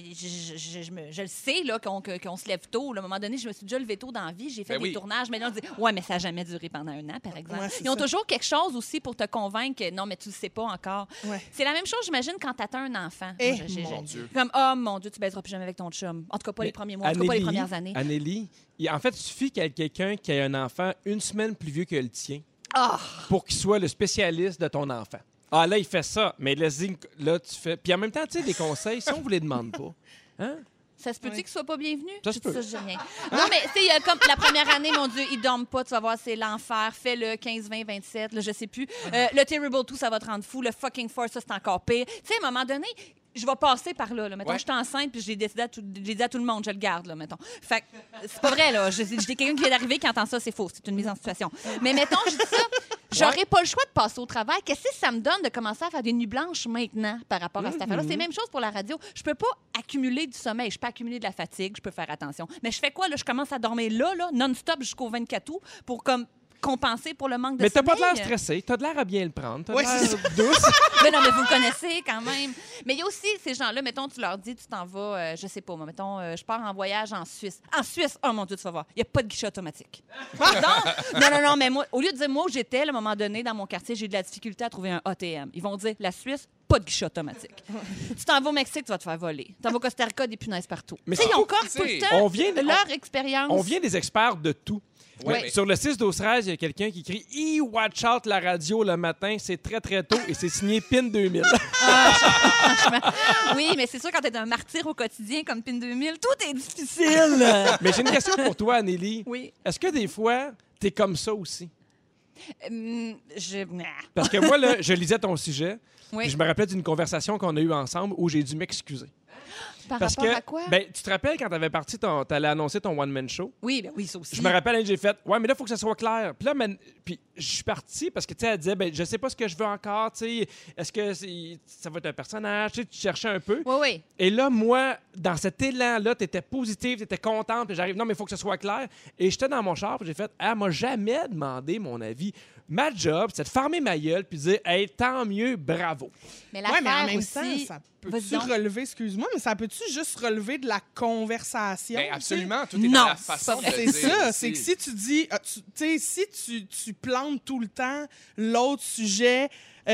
je le sais, là, qu'on se lève tôt, là, à un moment donné, je me suis déjà levé tôt dans la vie, j'ai fait Ben des oui. tournages, mais là, on dit, ouais, mais ça n'a jamais duré pendant un an, par exemple. Ouais, c'est Ils ont ça. toujours quelque chose aussi pour te convaincre que non, mais tu le sais pas encore. Ouais. C'est la même chose, j'imagine, quand t'atteins un enfant. Eh, Moi, mon Dieu. Comme, oh mon Dieu, tu baiseras plus jamais avec ton chum. En tout cas, pas Mais les premiers mois, en tout cas, pas les Anneli, premières années. Anneli, en fait, il suffit qu'il y ait quelqu'un qui ait un enfant une semaine plus vieux que le tien Ah! pour qu'il soit le spécialiste de ton enfant. Ah, là, il fait ça, mais là, tu fais... Puis en même temps, tu sais, des conseils, si on vous les demande pas, hein? Ça se peut-tu qu'il soit pas bienvenu? Ça se peut. je dis rien. Non, mais tu sais, comme la première année, mon Dieu, ils dorment pas, tu vas voir, c'est l'enfer. Fais le 15, 20, 27, là, je sais plus. Le Terrible 2, ça va te rendre fou. Le Fucking Force, ça, c'est encore pire. Tu sais, à un moment donné, je vais passer par là. Mettons, Ouais. je suis enceinte, puis j'ai décidé dit à tout le monde, je le garde, là, mettons. Fait que c'est pas vrai, là. J'ai quelqu'un qui vient d'arriver qui entend ça, c'est faux. C'est une mise en situation. Mais mettons, je dis ça. J'aurais pas le choix de passer au travail. Qu'est-ce que ça me donne de commencer à faire des nuits blanches maintenant par rapport à cette affaire-là? C'est la même chose pour la radio. Je peux pas accumuler du sommeil. Je peux accumuler de la fatigue. Je peux faire attention. Mais je fais quoi, là? Je commence à dormir là, non-stop jusqu'au 24 août pour comme compenser pour le manque de Mais t'as sommeil. pas de l'air stressé, t'as de l'air à bien le prendre, t'as de Ouais, l'air c'est douce. Mais non, mais vous me connaissez quand même. Mais il y a aussi ces gens-là, mettons, tu leur dis, tu t'en vas, je sais pas, moi, mettons, je pars en voyage en Suisse. En Suisse, oh mon Dieu, tu vas voir, il n'y a pas de guichet automatique. Pardon? Non, mais moi, au lieu de dire moi où j'étais, à un moment donné, dans mon quartier, j'ai eu de la difficulté à trouver un ATM. Ils vont dire, la Suisse, pas de guichet automatique. Tu t'en vas au Mexique, tu vas te faire voler. Tu t'en vas au Costa Rica, des punaises partout. Mais Tu sais, ils ont comme c'est- tout le temps on vient- leur expérience. On vient des experts de tout. Ouais, mais- Sur le 6-12-13, il y a quelqu'un qui crie « watch out la radio le matin, c'est très très tôt et c'est signé PIN 2000 ». Oui, mais c'est sûr, quand t'es un martyr au quotidien comme PIN 2000, tout est difficile. Mais j'ai une question pour toi, Anneli. Oui. Est-ce que des fois, t'es comme ça aussi? Je... Parce que moi, là, je lisais ton sujet, Oui. puis je me rappelais d'une conversation qu'on a eue ensemble où j'ai dû m'excuser. Par Parce rapport que, à quoi? ben, tu te rappelles quand t'avais parti, t'allais annoncer ton one-man show? Oui, ben oui, ça aussi. Je me rappelle, j'ai fait « Ouais, mais là, il faut que ça soit clair. » Puis là, puis je suis parti parce que, tu sais, elle disait « Ben, je sais pas ce que je veux encore, tu sais. Est-ce que ça va être un personnage? » Tu sais, tu cherchais un peu. Oui, oui. Et là, moi, dans cet élan-là, t'étais positive, t'étais contente, puis j'arrive « Non, mais il faut que ce soit clair. » Et j'étais dans mon char, puis j'ai fait « Elle m'a jamais demandé mon avis. Ma job, c'est de fermer ma gueule puis de dire « Hey, tant mieux, bravo. » Mais Oui, mais en l'affaire même aussi... temps, ça Vas-y peut-tu donc. relever, excuse-moi, mais ça peut-tu juste relever de la conversation? Ben, tu sais? absolument, tout est Non, dans la c'est façon pas de vrai. le C'est dire ça, aussi. c'est que si tu dis, tu sais, si tu plantes tout le temps l'autre sujet,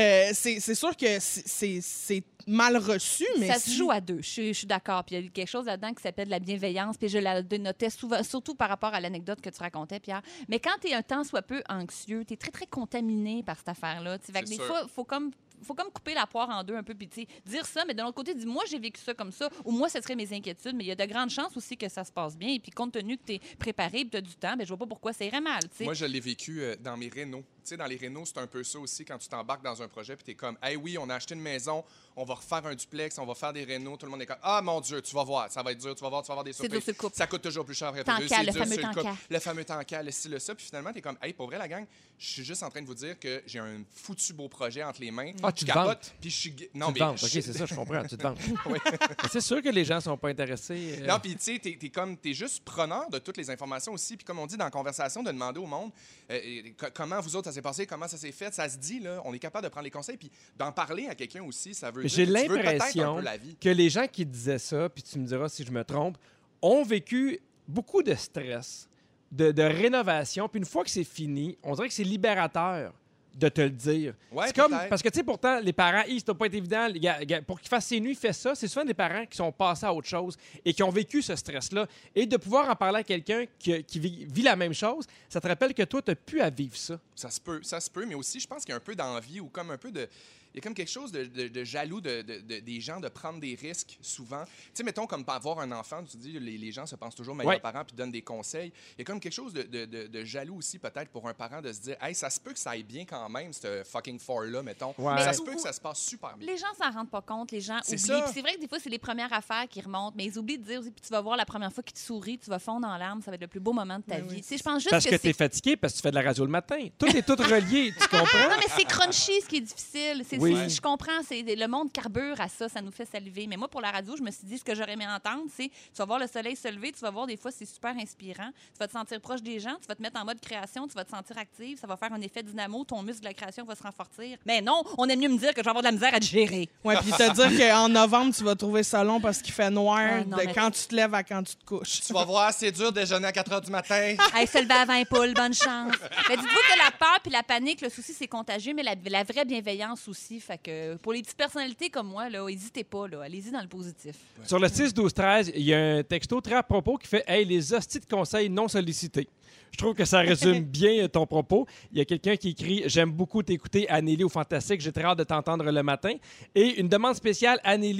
c'est sûr que c'est mal reçu, mais Ça se joue à deux, je suis d'accord. Puis il y a quelque chose là-dedans qui s'appelle de la bienveillance, puis je la dénotais souvent, surtout par rapport à l'anecdote que tu racontais, Pierre. Mais quand tu es un tant soit peu anxieux, tu es très, très contaminé par cette affaire-là. Tu sais. Fait que C'est des sûr. fois, faut comme couper la poire en deux un peu, puis tu sais, dire ça, mais de l'autre côté, dis moi, j'ai vécu ça comme ça, ou moi, ce serait mes inquiétudes, mais il y a de grandes chances aussi que ça se passe bien. Et puis compte tenu que tu es préparé et tu as du temps, ben, je vois pas pourquoi ça irait mal. Tu sais. Moi, je l'ai vécu dans mes rénaux. Tu sais, dans les rénaux, c'est un peu ça aussi quand tu t'embarques dans un projet puis t'es comme, hey, oui, on a acheté une maison, on va refaire un duplex, on va faire des rénaux. Tout le monde est comme, ah mon Dieu, tu vas voir, ça va être dur, tu vas avoir des C'est dur surprises. sur le couple. Ça coûte toujours plus cher après Tancal, c'est le dur fameux sur le couple. tancal. Le fameux tancal, le ci, le ça. Puis finalement, t'es comme, hey, pour vrai, la gang, je suis juste en train de vous dire que j'ai un foutu beau projet entre les mains. Ah, tu Je te capote, vantes. puis je suis. Tu Non, te mais. vantes. OK, c'est ça, je comprends. Tu te vantes. Mais c'est sûr que les gens sont pas intéressés. Non, puis tu sais, t'es juste preneur de toutes les informations aussi. Puis comme on dit dans la conversation, de demander au monde comment vous autres ça s'est passé, comment ça s'est fait, ça se dit, là, on est capable de prendre les conseils. Puis d'en parler à quelqu'un aussi, ça veut J'ai dire que tu veux peut-être un l'impression peu la vie. que les gens qui disaient ça, puis tu me diras si je me trompe, ont vécu beaucoup de stress, de rénovation. Puis une fois que c'est fini, on dirait que c'est libérateur de te le dire. Ouais, c'est comme peut-être. parce que tu sais pourtant les parents, ça doit pas être évident, pour qu'ils fassent ses nuits, fait ça, c'est souvent des parents qui sont passés à autre chose et qui ont vécu ce stress-là et de pouvoir en parler à quelqu'un qui vit la même chose, ça te rappelle que toi tu as pu à vivre ça. Ça se peut, mais aussi, je pense qu'il y a un peu d'envie ou comme un peu de. Il y a comme quelque chose de jaloux des gens de prendre des risques souvent. Tu sais, mettons, comme avoir un enfant, tu dis, les gens se pensent toujours meilleurs Ouais. parents puis donnent des conseils. Il y a comme quelque chose de jaloux aussi, peut-être, pour un parent de se dire, hey, ça se peut que ça aille bien quand même, ce fucking four-là, mettons. Ouais. Ça Mais se peut que ça se passe super bien. Les gens s'en rendent pas compte, les gens C'est oublient. ça. Puis c'est vrai que des fois, c'est les premières affaires qui remontent, mais ils oublient de dire aussi, puis tu vas voir la première fois qu'ils te sourit, tu vas fondre en larmes, ça va être le plus beau moment de ta Ben vie. oui. Tu sais, je pense juste Parce que tu es c'est... fatigué parce que tu fais de la radio le matin. Tout est tout relié, tu comprends? Non, mais c'est crunchy, ce qui est difficile. Oui. Je comprends, le monde carbure à ça, ça nous fait saliver. Mais moi, pour la radio, je me suis dit, ce que j'aurais aimé entendre, c'est, tu vas voir le soleil se lever, tu vas voir des fois, c'est super inspirant. Tu vas te sentir proche des gens, tu vas te mettre en mode création, tu vas te sentir active, ça va faire un effet dynamo, ton muscle de la création va se renforcer. Mais non, on aime mieux me dire que je vais avoir de la misère à te gérer. Ouais, puis te dire qu'en novembre, tu vas trouver ça long parce qu'il fait noir Ah, non, de mais- quand tu te lèves à quand tu te couches. Tu vas voir, c'est dur de déjeuner à 4 h du matin. Hey, se lever à 20 poules, bonne chance. Mais dites-vous que la peur puis la panique, le souci, c'est contagieux, mais la vraie bienveillance aussi. Fait que pour les petites personnalités comme moi, là, n'hésitez pas, là, allez-y dans le positif. Sur le 6-12-13, il y a un texto très à propos qui fait « Hey, les hosties de conseils non sollicités ». Je trouve que ça résume bien ton propos. Il y a quelqu'un qui écrit « J'aime beaucoup t'écouter, Anneli, au Fantastique. J'ai très hâte de t'entendre le matin. » Et une demande spéciale, Anneli,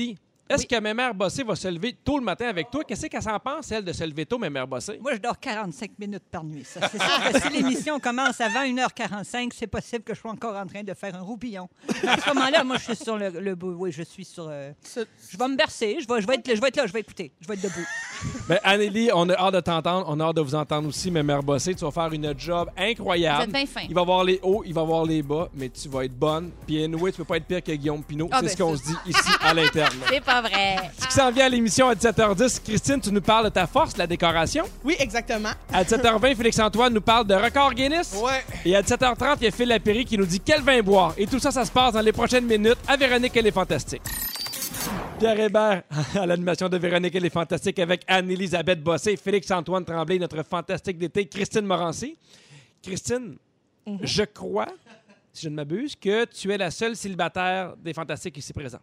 Est-ce que Mémère Bossé va se lever tôt le matin avec toi? Qu'est-ce qu'elle s'en pense, elle, de se lever tôt, Mémère Bossé? Moi, je dors 45 minutes par nuit. Ça. C'est sûr que si l'émission commence avant 1h45, c'est possible que je sois encore en train de faire un roupillon. À ce moment-là, moi, je suis sur le bout. Oui, je suis sur... Je vais me bercer. Je vais être là, je vais écouter. Je vais être debout. Ben, Anneli, on a hâte de t'entendre. On a hâte de vous entendre aussi, Mémère Bossé. Tu vas faire une job incroyable. Vous êtes bien fin. Il va y avoir les hauts, il va y avoir les bas, mais tu vas être bonne. Puis anyway, tu peux pas être pire que Guillaume Pinot. Ah, C'est ben ce qu'on ça. se dit ici à l'interne. C'est pas vrai. Ce qui s'en vient à l'émission à 17h10, Christine, tu nous parles de ta force, la décoration. Oui, exactement. À 17h20, Félix-Antoine nous parle de record Guinness. Ouais. Et à 17h30, il y a Phil Lapéry qui nous dit quel vin boire. Et tout ça, ça se passe dans les prochaines minutes à Véronique, elle est fantastique. Pierre Hébert à l'animation de Véronique, elle est fantastique avec Anne-Élisabeth Bossé, Félix-Antoine Tremblay, notre fantastique d'été, Christine Morancy. Christine, je crois, si je ne m'abuse, que tu es la seule célibataire des fantastiques ici présents.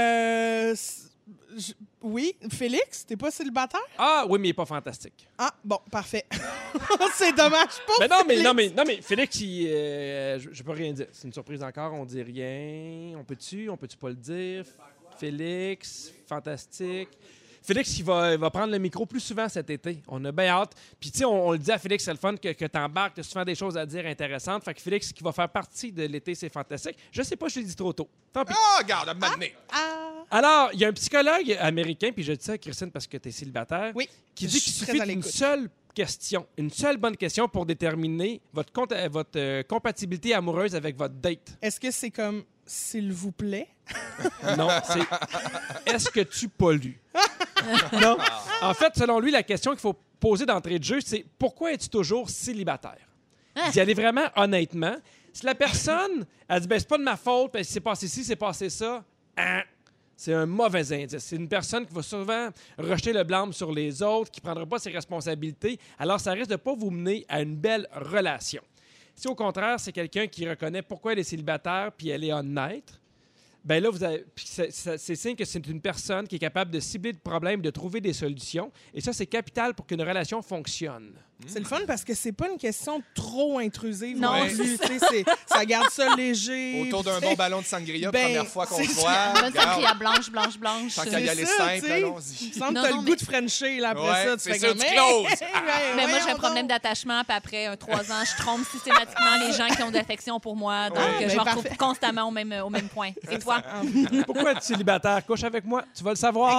Oui, Félix, t'es pas célibataire? Ah oui, mais il n'est pas fantastique. Ah, bon, parfait. C'est dommage pour Mais non, Félix. mais Félix, je peux rien dire. C'est une surprise encore, on dit rien. On peut-tu pas le dire? Félix, fantastique. Félix, il va prendre le micro plus souvent cet été. On a bien hâte. Puis, tu sais, on le dit à Félix, c'est le fun que tu embarques, tu as souvent des choses à dire intéressantes. Fait que Félix, qui va faire partie de l'été, c'est fantastique. Je sais pas, je l'ai dit trop tôt. Tant pis. Ah, regarde, maintenant. Alors, il y a un psychologue américain, puis je dis ça à Christine parce que tu es célibataire, Oui, qui je dit suis qu'il très suffit à d'une l'écoute. seule question, une seule bonne question pour déterminer votre compatibilité amoureuse avec votre date. Est-ce que c'est comme « s'il vous plaît Non, c'est est-ce que tu pollues? Non. En fait, selon lui, la question qu'il faut poser d'entrée de jeu, c'est pourquoi es-tu toujours célibataire? D'y aller vraiment honnêtement. Si la personne, elle dit, ben, c'est pas de ma faute, ben, c'est passé ci, c'est passé ça, hein, c'est un mauvais indice. C'est une personne qui va souvent rejeter le blâme sur les autres, qui ne prendra pas ses responsabilités. Alors, ça risque de pas vous mener à une belle relation. Si au contraire, c'est quelqu'un qui reconnaît pourquoi elle est célibataire puis elle est honnête, ben là, c'est signe que c'est une personne qui est capable de cibler le problème, de trouver des solutions. Et ça, c'est capital pour qu'une relation fonctionne. ». C'est le fun parce que c'est pas une question trop intrusive. Non, plus, tu sais, ça garde ça léger. Autour d'un bon ballon de sangria, Ben, première fois qu'on c'est se ça. voit. Bonne sangria blanche, blanche, blanche. Tant qu'à y aller ça, simple, tu sais. allons-y. Il me semble Non, que t'as non, le mais- goût de Frencher, là, après Ouais, ça. Tu c'est fais ça, comme, tu hey, closes. hey, Mais moi, j'ai voyons un problème donc. d'attachement, puis après 3 ans, je trompe systématiquement les gens qui ont de l'affection pour moi. Donc, Ouais, je ben, me retrouve parfait. constamment au même point. Et toi? Pourquoi es-tu célibataire? Couche avec moi, tu vas le savoir.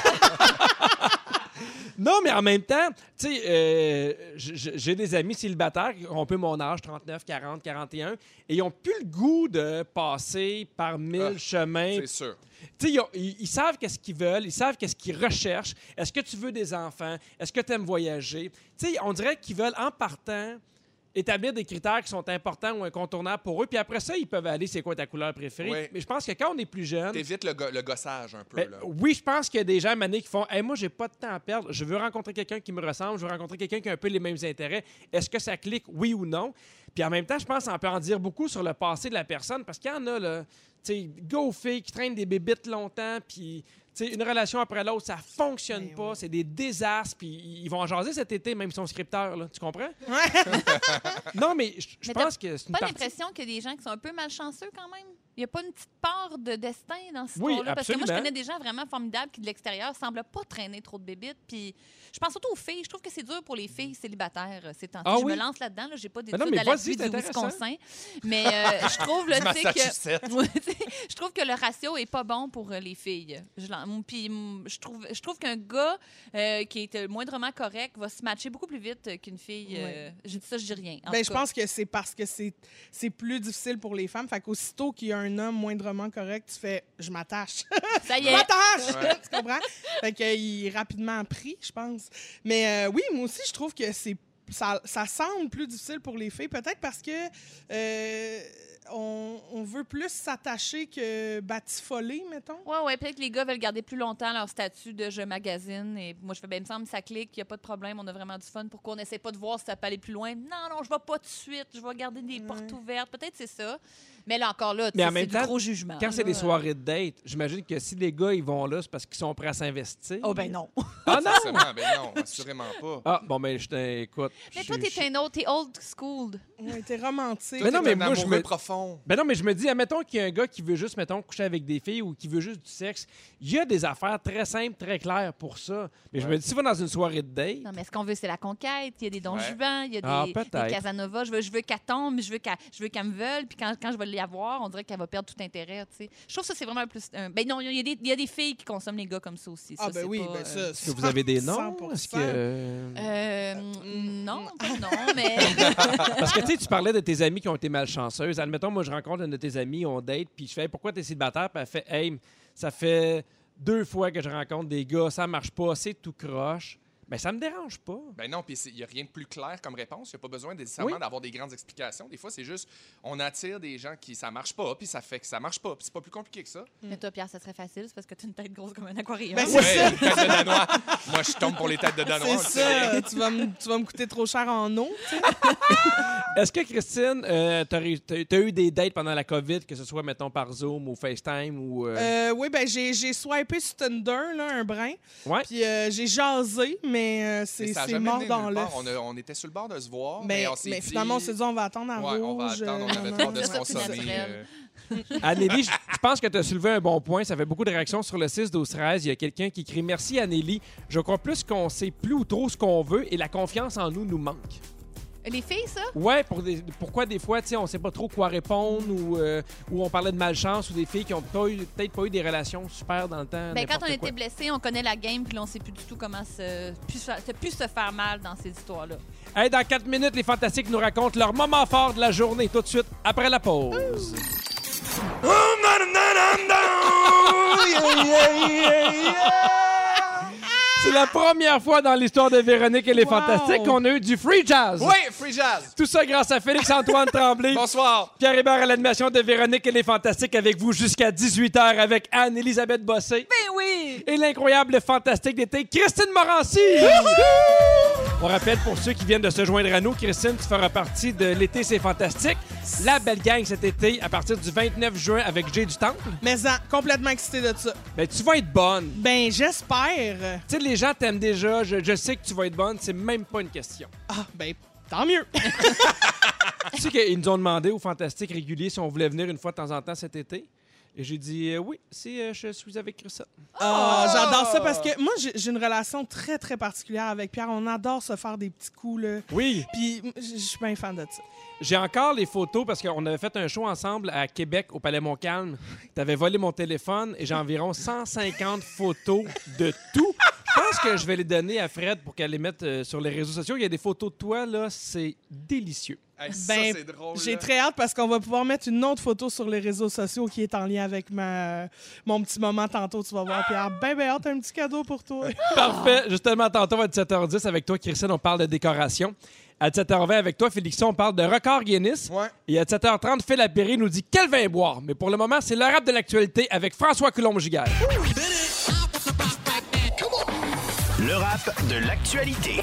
Non, mais en même temps, tu sais, j'ai des amis célibataires qui ont un peu mon âge, 39, 40, 41, et ils n'ont plus le goût de passer par 1000 chemins. C'est sûr. Tu sais, ils savent qu'est-ce qu'ils veulent, ils savent qu'est-ce qu'ils recherchent. Est-ce que tu veux des enfants? Est-ce que tu aimes voyager? Tu sais, on dirait qu'ils veulent, en partant, établir des critères qui sont importants ou incontournables pour eux. Puis après ça, ils peuvent aller, c'est quoi ta couleur préférée? Oui. Mais je pense que quand on est plus jeune... T'évites le gossage un peu. Ben, Là. oui, je pense qu'il y a des gens Mané, qui font hey, moi, j'ai pas de temps à perdre. Je veux rencontrer quelqu'un qui me ressemble. Je veux rencontrer quelqu'un qui a un peu les mêmes intérêts. Est-ce que ça clique, oui ou non? Puis en même temps, je pense qu'on peut en dire beaucoup sur le passé de la personne parce qu'il y en a, là, tu sais, gars aux filles qui traînent des bébites longtemps, puis tu sais, une relation après l'autre, ça fonctionne pas. C'est des désastres, puis ils vont en jaser cet été, même son scripteur, là. Tu comprends? Non, mais je Mais pense que c'est une Pas partie... l'impression qu'il y a des gens qui sont un peu malchanceux quand même? Il n'y a pas une petite part de destin dans cette Oui, histoire-là? Parce que moi, je absolument. connais des gens vraiment formidables qui, de l'extérieur, semblent pas traîner trop de bébites. Puis je pense surtout aux filles. Je trouve que c'est dur pour les filles célibataires ces temps-ci. Ah je oui? me lance là-dedans. Là. J'ai pas non, d'études mais à vas-y, l'appui c'est du intéressant. Wisconsin. Mais je trouve, là, Du tu sais, Massachusetts. que... Ouais, tu sais, je trouve que le ratio est pas bon pour les filles. Puis je trouve qu'un gars qui est moindrement correct va se matcher beaucoup plus vite qu'une fille. Ouais. Je dis ça, je dis rien. En Ben, tout je cas. pense que c'est parce que c'est plus difficile pour les femmes. Fait qu'aussitôt qu'il y a un homme moindrement correct, tu fais « je m'attache ». Ça y Je est. m'attache! Ouais. Tu comprends? Fait qu'il est rapidement pris, je pense. Mais oui, moi aussi, je trouve que ça semble plus difficile pour les filles. Peut-être parce que on veut plus s'attacher que batifoler, mettons. Ouais, peut-être que les gars veulent garder plus longtemps leur statut de je magasine. Et moi, je fais, ben, il me semble que ça clique, il n'y a pas de problème, on a vraiment du fun. Pourquoi on n'essaie pas de voir si ça peut aller plus loin? Non, je vais pas tout de suite, je vais garder des portes ouvertes. Peut-être c'est ça. Mais là, encore là, Mais en c'est même du temps, gros jugement. Quand c'est là. des soirées de date, j'imagine que si les gars ils vont là, c'est parce qu'ils sont prêts à s'investir. Oh, ben non. Ah non! Forcément, ben non, assurément pas. Ah, bon, ben, écoute. Mais toi, t'es old school. Ouais, t'es romantique. Mais non, mais un moi, amoureux profond. Ben non, mais je me dis, admettons qu'il y a un gars qui veut juste, mettons, coucher avec des filles ou qui veut juste du sexe. Il y a des affaires très simples, très claires pour ça. Mais je me dis, si tu vas dans une soirée de date... Non, mais ce qu'on veut, c'est la conquête. Il y a des Don Ouais. Juan, il y a Ah, des peut-être. Casanova. Je veux qu'elle tombe, je veux qu'elle me veuille. Puis quand je vais l'y avoir, on dirait qu'elle va perdre tout intérêt. Tu sais. Je trouve que ça, c'est vraiment un plus. Ben non, il y a des filles qui consomment les gars comme ça aussi. Ah, Ça, ben c'est oui, pas, ben ça. Est-ce que vous avez des noms? 100%. Est-ce que... Non, pas non, mais. Parce que tu sais, tu parlais de tes amis qui ont été malchanceuses. Admettons, moi, je rencontre une de tes amies, on date, puis je fais hey, pourquoi t'es célibataire? Puis elle fait hey, ça fait 2 fois que je rencontre des gars, ça marche pas, c'est tout croche. Ben, ça me dérange pas. Ben non, puis il n'y a rien de plus clair comme réponse. Il n'y a pas besoin nécessairement Oui. d'avoir des grandes explications. Des fois, c'est juste, on attire des gens qui ça marche pas, puis ça fait que ça marche pas. Puis c'est pas plus compliqué que ça. Mais toi, Pierre, ça serait facile, c'est parce que tu as une tête grosse comme un aquarium. Ben, Ouais, les têtes de Danois. Moi, je tombe pour les têtes de Danois. on C'est le sait. ça. Tu vas me coûter trop cher en eau. Est-ce que, Christine, t'as eu des dates pendant la COVID, que ce soit, mettons, par Zoom ou FaceTime ou... Oui, ben j'ai swipé sur Tinder, là, un brin. Ouais. Puis j'ai jasé, mais Mais c'est ça a jamais mort mené dans nulle l'œuf. part. On était sur le bord de se voir, Mais, mais on s'est dit... finalement, on s'est dit, on va attendre à Ouais, rouge. on va attendre, on avait non, trop de se non, non. consommer. naturel. Anneli, je pense que tu as soulevé un bon point. Ça fait beaucoup de réactions sur le 6-12-13. Il y a quelqu'un qui écrit « Merci, Anneli. Je crois plus qu'on sait plus ou trop ce qu'on veut et la confiance en nous manque. » Les filles, ça? Ouais, pourquoi des fois, tu sais, on sait pas trop quoi répondre ou on parlait de malchance ou des filles qui ont peut-être pas eu des relations super dans le temps. Ben, quand on n'importe était quoi. blessé, on connaît la game, puis là, on sait plus du tout comment plus se faire mal dans ces histoires-là. Hey, dans 4 minutes, les Fantastiques nous racontent leur moment fort de la journée tout de suite après la pause. C'est la première fois dans l'histoire de Véronique et les Wow. Fantastiques qu'on a eu du free jazz. Oui, free jazz! Tout ça grâce à Félix-Antoine Tremblay. Bonsoir! Pierre Hébert à l'animation de Véronique et les Fantastiques avec vous jusqu'à 18h avec Anne-Élisabeth Bossé. Ben oui! Et l'incroyable fantastique d'été, Christine Morancy. On rappelle pour ceux qui viennent de se joindre à nous, Christine, tu feras partie de l'été, c'est fantastique. La belle gang cet été à partir du 29 juin avec Jay du Temple. Mais complètement excité de ça. Ben, tu vas être bonne. Ben, j'espère. Tu sais, les gens t'aiment déjà. Je sais que tu vas être bonne. C'est même pas une question. Ah, ben, tant mieux. Tu sais qu'ils nous ont demandé aux Fantastiques réguliers si on voulait venir une fois de temps en temps cet été. Et j'ai dit oui, si je suis avec Christine. Ah, j'adore ça parce que moi, j'ai une relation très, très particulière avec Pierre. On adore se faire des petits coups, là. Oui. Puis, je suis bien fan de ça. J'ai encore les photos parce qu'on avait fait un show ensemble à Québec, au Palais Montcalm. Tu avais volé mon téléphone et j'ai environ 150 photos de tout. Je pense que je vais les donner à Fred pour qu'elle les mette sur les réseaux sociaux. Il y a des photos de toi, là. C'est délicieux. Hey, ça, Ben, c'est drôle. j'ai là. très hâte parce qu'on va pouvoir mettre une autre photo sur les réseaux sociaux qui est en lien avec mon petit moment tantôt. Tu vas voir, Pierre. Ben hâte, un petit cadeau pour toi. Parfait. Justement, tantôt à 17h10 avec toi, Christine, on parle de décoration. À 17h20 avec toi, Félixon, on parle de record Guinness. Ouais. Et à 17h30, Phil Lapéry nous dit quel vin boire. Mais pour le moment, c'est le rap de l'actualité avec François Coulombe-Giguère. Le rap de l'actualité.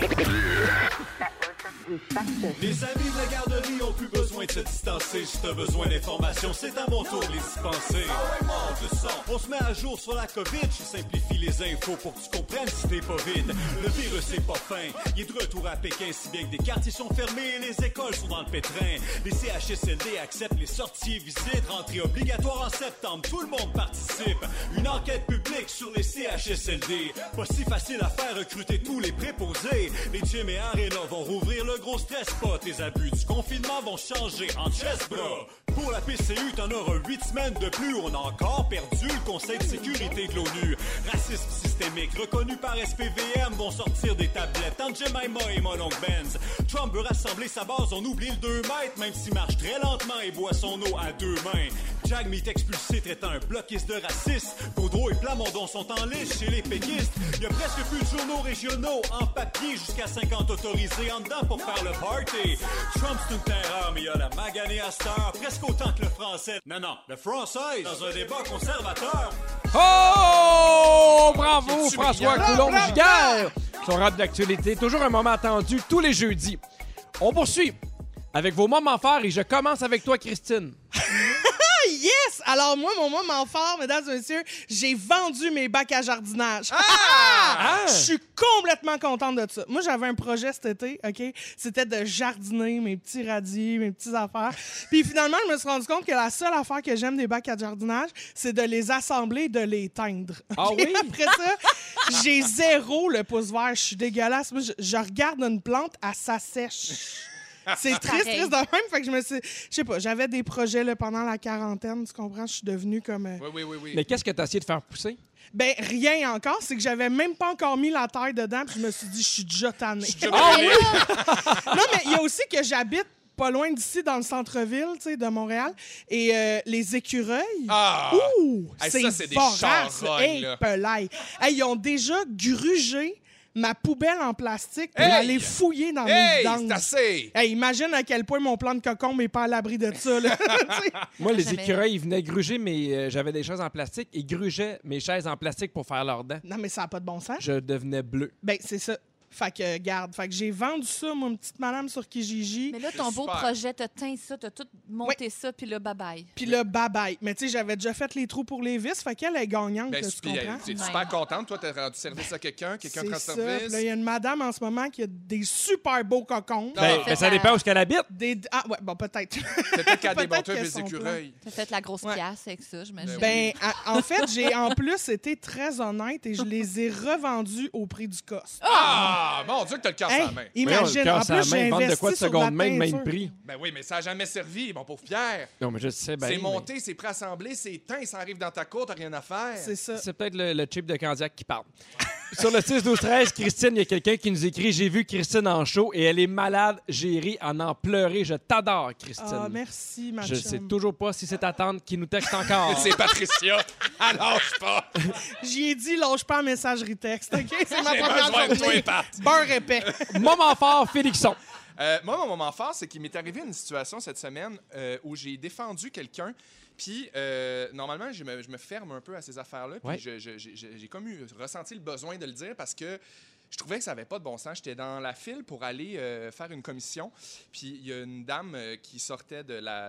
Les amis de la garderie ont plus besoin de se distancer. Si t'as besoin d'informations, c'est à mon tour de les dispenser. Monte le son. On se met à jour sur la COVID. Je simplifie les infos pour que tu comprennes si t'es pas vide. Le virus est pas fin. Il est de retour à Pékin, si bien que des quartiers sont fermés et les écoles sont dans le pétrin. Les CHSLD acceptent les sorties et visites. Rentrée obligatoire en septembre. Tout le monde participe. Une enquête publique sur les CHSLD. Pas si facile à faire recruter tous les préposés. Les gyms et arénas vont rouvrir le gros stress pas. Tes abus du confinement vont changer en chest-bras. Pour la PCU, t'en auras 8 semaines de plus. On a encore perdu le Conseil de sécurité de l'ONU. Racisme systémique reconnu par SPVM vont sortir des tablettes entre Jemima et mon oncle Benz. Trump veut rassembler sa base, on oublie le 2 mètres, même s'il marche très lentement et boit son eau à 2 mains. Jagmeet expulsé traitant un bloquiste de raciste. Gaudreau et Plamondon sont en lice chez les péquistes. Y a presque plus de journaux régionaux en papier, jusqu'à 50 autorisés en dedans pour faire le party. Trump c'est une terreur, mais y a la maganée à cette heure, presque autant que le français. Non, le français dans un débat conservateur. Oh! Bravo, Tu François brillant. Coulombe-Giguère! Son rap d'actualité, toujours un moment attendu tous les jeudis. On poursuit avec vos moments forts et je commence avec toi, Christine. Yes! Alors, moi, mon moment fort, mesdames et messieurs, j'ai vendu mes bacs à jardinage. Je suis complètement contente de ça. Moi, j'avais un projet cet été, OK? C'était de jardiner mes petits radis, mes petites affaires. Puis finalement, je me suis rendu compte que la seule affaire que j'aime des bacs à jardinage, c'est de les assembler et de les teindre. Ah oui? Après ça, j'ai zéro le pouce vert. Je suis dégueulasse. Moi, je regarde une plante, elle s'assèche. C'est triste de même. Fait que je sais pas, j'avais des projets là, pendant la quarantaine, tu comprends? Je suis devenue comme... Oui. Mais qu'est-ce que tu as essayé de faire pousser? Ben, rien encore. C'est que j'avais même pas encore mis la terre dedans, puis je me suis dit, je suis déjà tannée. Non, mais il y a aussi que j'habite pas loin d'ici, dans le centre-ville, tu sais, de Montréal. Et les écureuils, c'est des vorace. charognes, là. Pelaille. Hey, ils ont déjà grugé ma poubelle en plastique pour aller fouiller dans mes vidanges. C'est assez! Hey, imagine à quel point mon plan de cocon n'est pas à l'abri de ça. Là. Moi, les Jamais. écureuils, ils venaient gruger, mais j'avais des chaises en plastique. Ils grugeaient mes chaises en plastique pour faire leurs dents. Non, mais ça n'a pas de bon sens. Je devenais bleu. Ben, c'est ça. Fait que, garde. Fait que j'ai vendu ça, moi, une petite madame sur Kijiji. Mais là, ton beau super. projet, t'as teint ça, t'as tout monté ça, puis là, bye-bye. Puis là, bye-bye. Mais tu sais, j'avais déjà fait les trous pour les vis. Fait qu'elle est gagnante, Ben, là, tu comprends? t'es Ouais. super contente. Toi, t'as rendu service à quelqu'un C'est te rend ça. service. Puis là, il y a une madame en ce moment qui a des super beaux cocons. Ben, ça dépend où est-ce qu'elle habite. Ah, ouais, bon, peut-être. Peut-être qu'elle a des Peut-être monteurs qu'elles des sont écureuils. T'as fait la grosse Ouais. pièce avec ça, j'imagine. Ben, en fait, j'ai en plus été très honnête et je les ai revendus au prix du cost. Ah! Mon Dieu, que t'as le cœur sur Hey, la main. imagine, Voyons, en le cœur sur la plus, main, j'ai ils vendent de quoi de investi sur la seconde main, même peinture. prix. Ben oui, mais ça n'a jamais servi, mon pauvre Pierre. Non, mais je sais bien. C'est mais monté, c'est préassemblé, c'est teint, ça arrive dans ta cour, t'as rien à faire. C'est ça. C'est peut-être le chip de Candiac qui parle. Sur le 6-12-13, Christine, il y a quelqu'un qui nous écrit « J'ai vu Christine en show et elle est malade. J'ai ri en pleuré. Je t'adore, Christine. Ah, merci, ma Je chum. sais toujours pas si c'est ta tante qui nous texte encore. C'est Patricia. Elle lâche pas. J'y ai dit, lâche pas en messagerie texte, OK? C'est ma J'ai première besoin de toi, journée. Pat. Beurre épais. Moment fort, Félixon. Moi, mon moment fort, c'est qu'il m'est arrivé une situation cette semaine où j'ai défendu quelqu'un. Puis, normalement, je me ferme un peu à ces affaires-là. Puis, Ouais. j'ai comme ressenti le besoin de le dire parce que je trouvais que ça n'avait pas de bon sens. J'étais dans la file pour aller faire une commission. Puis, il y a une dame qui sortait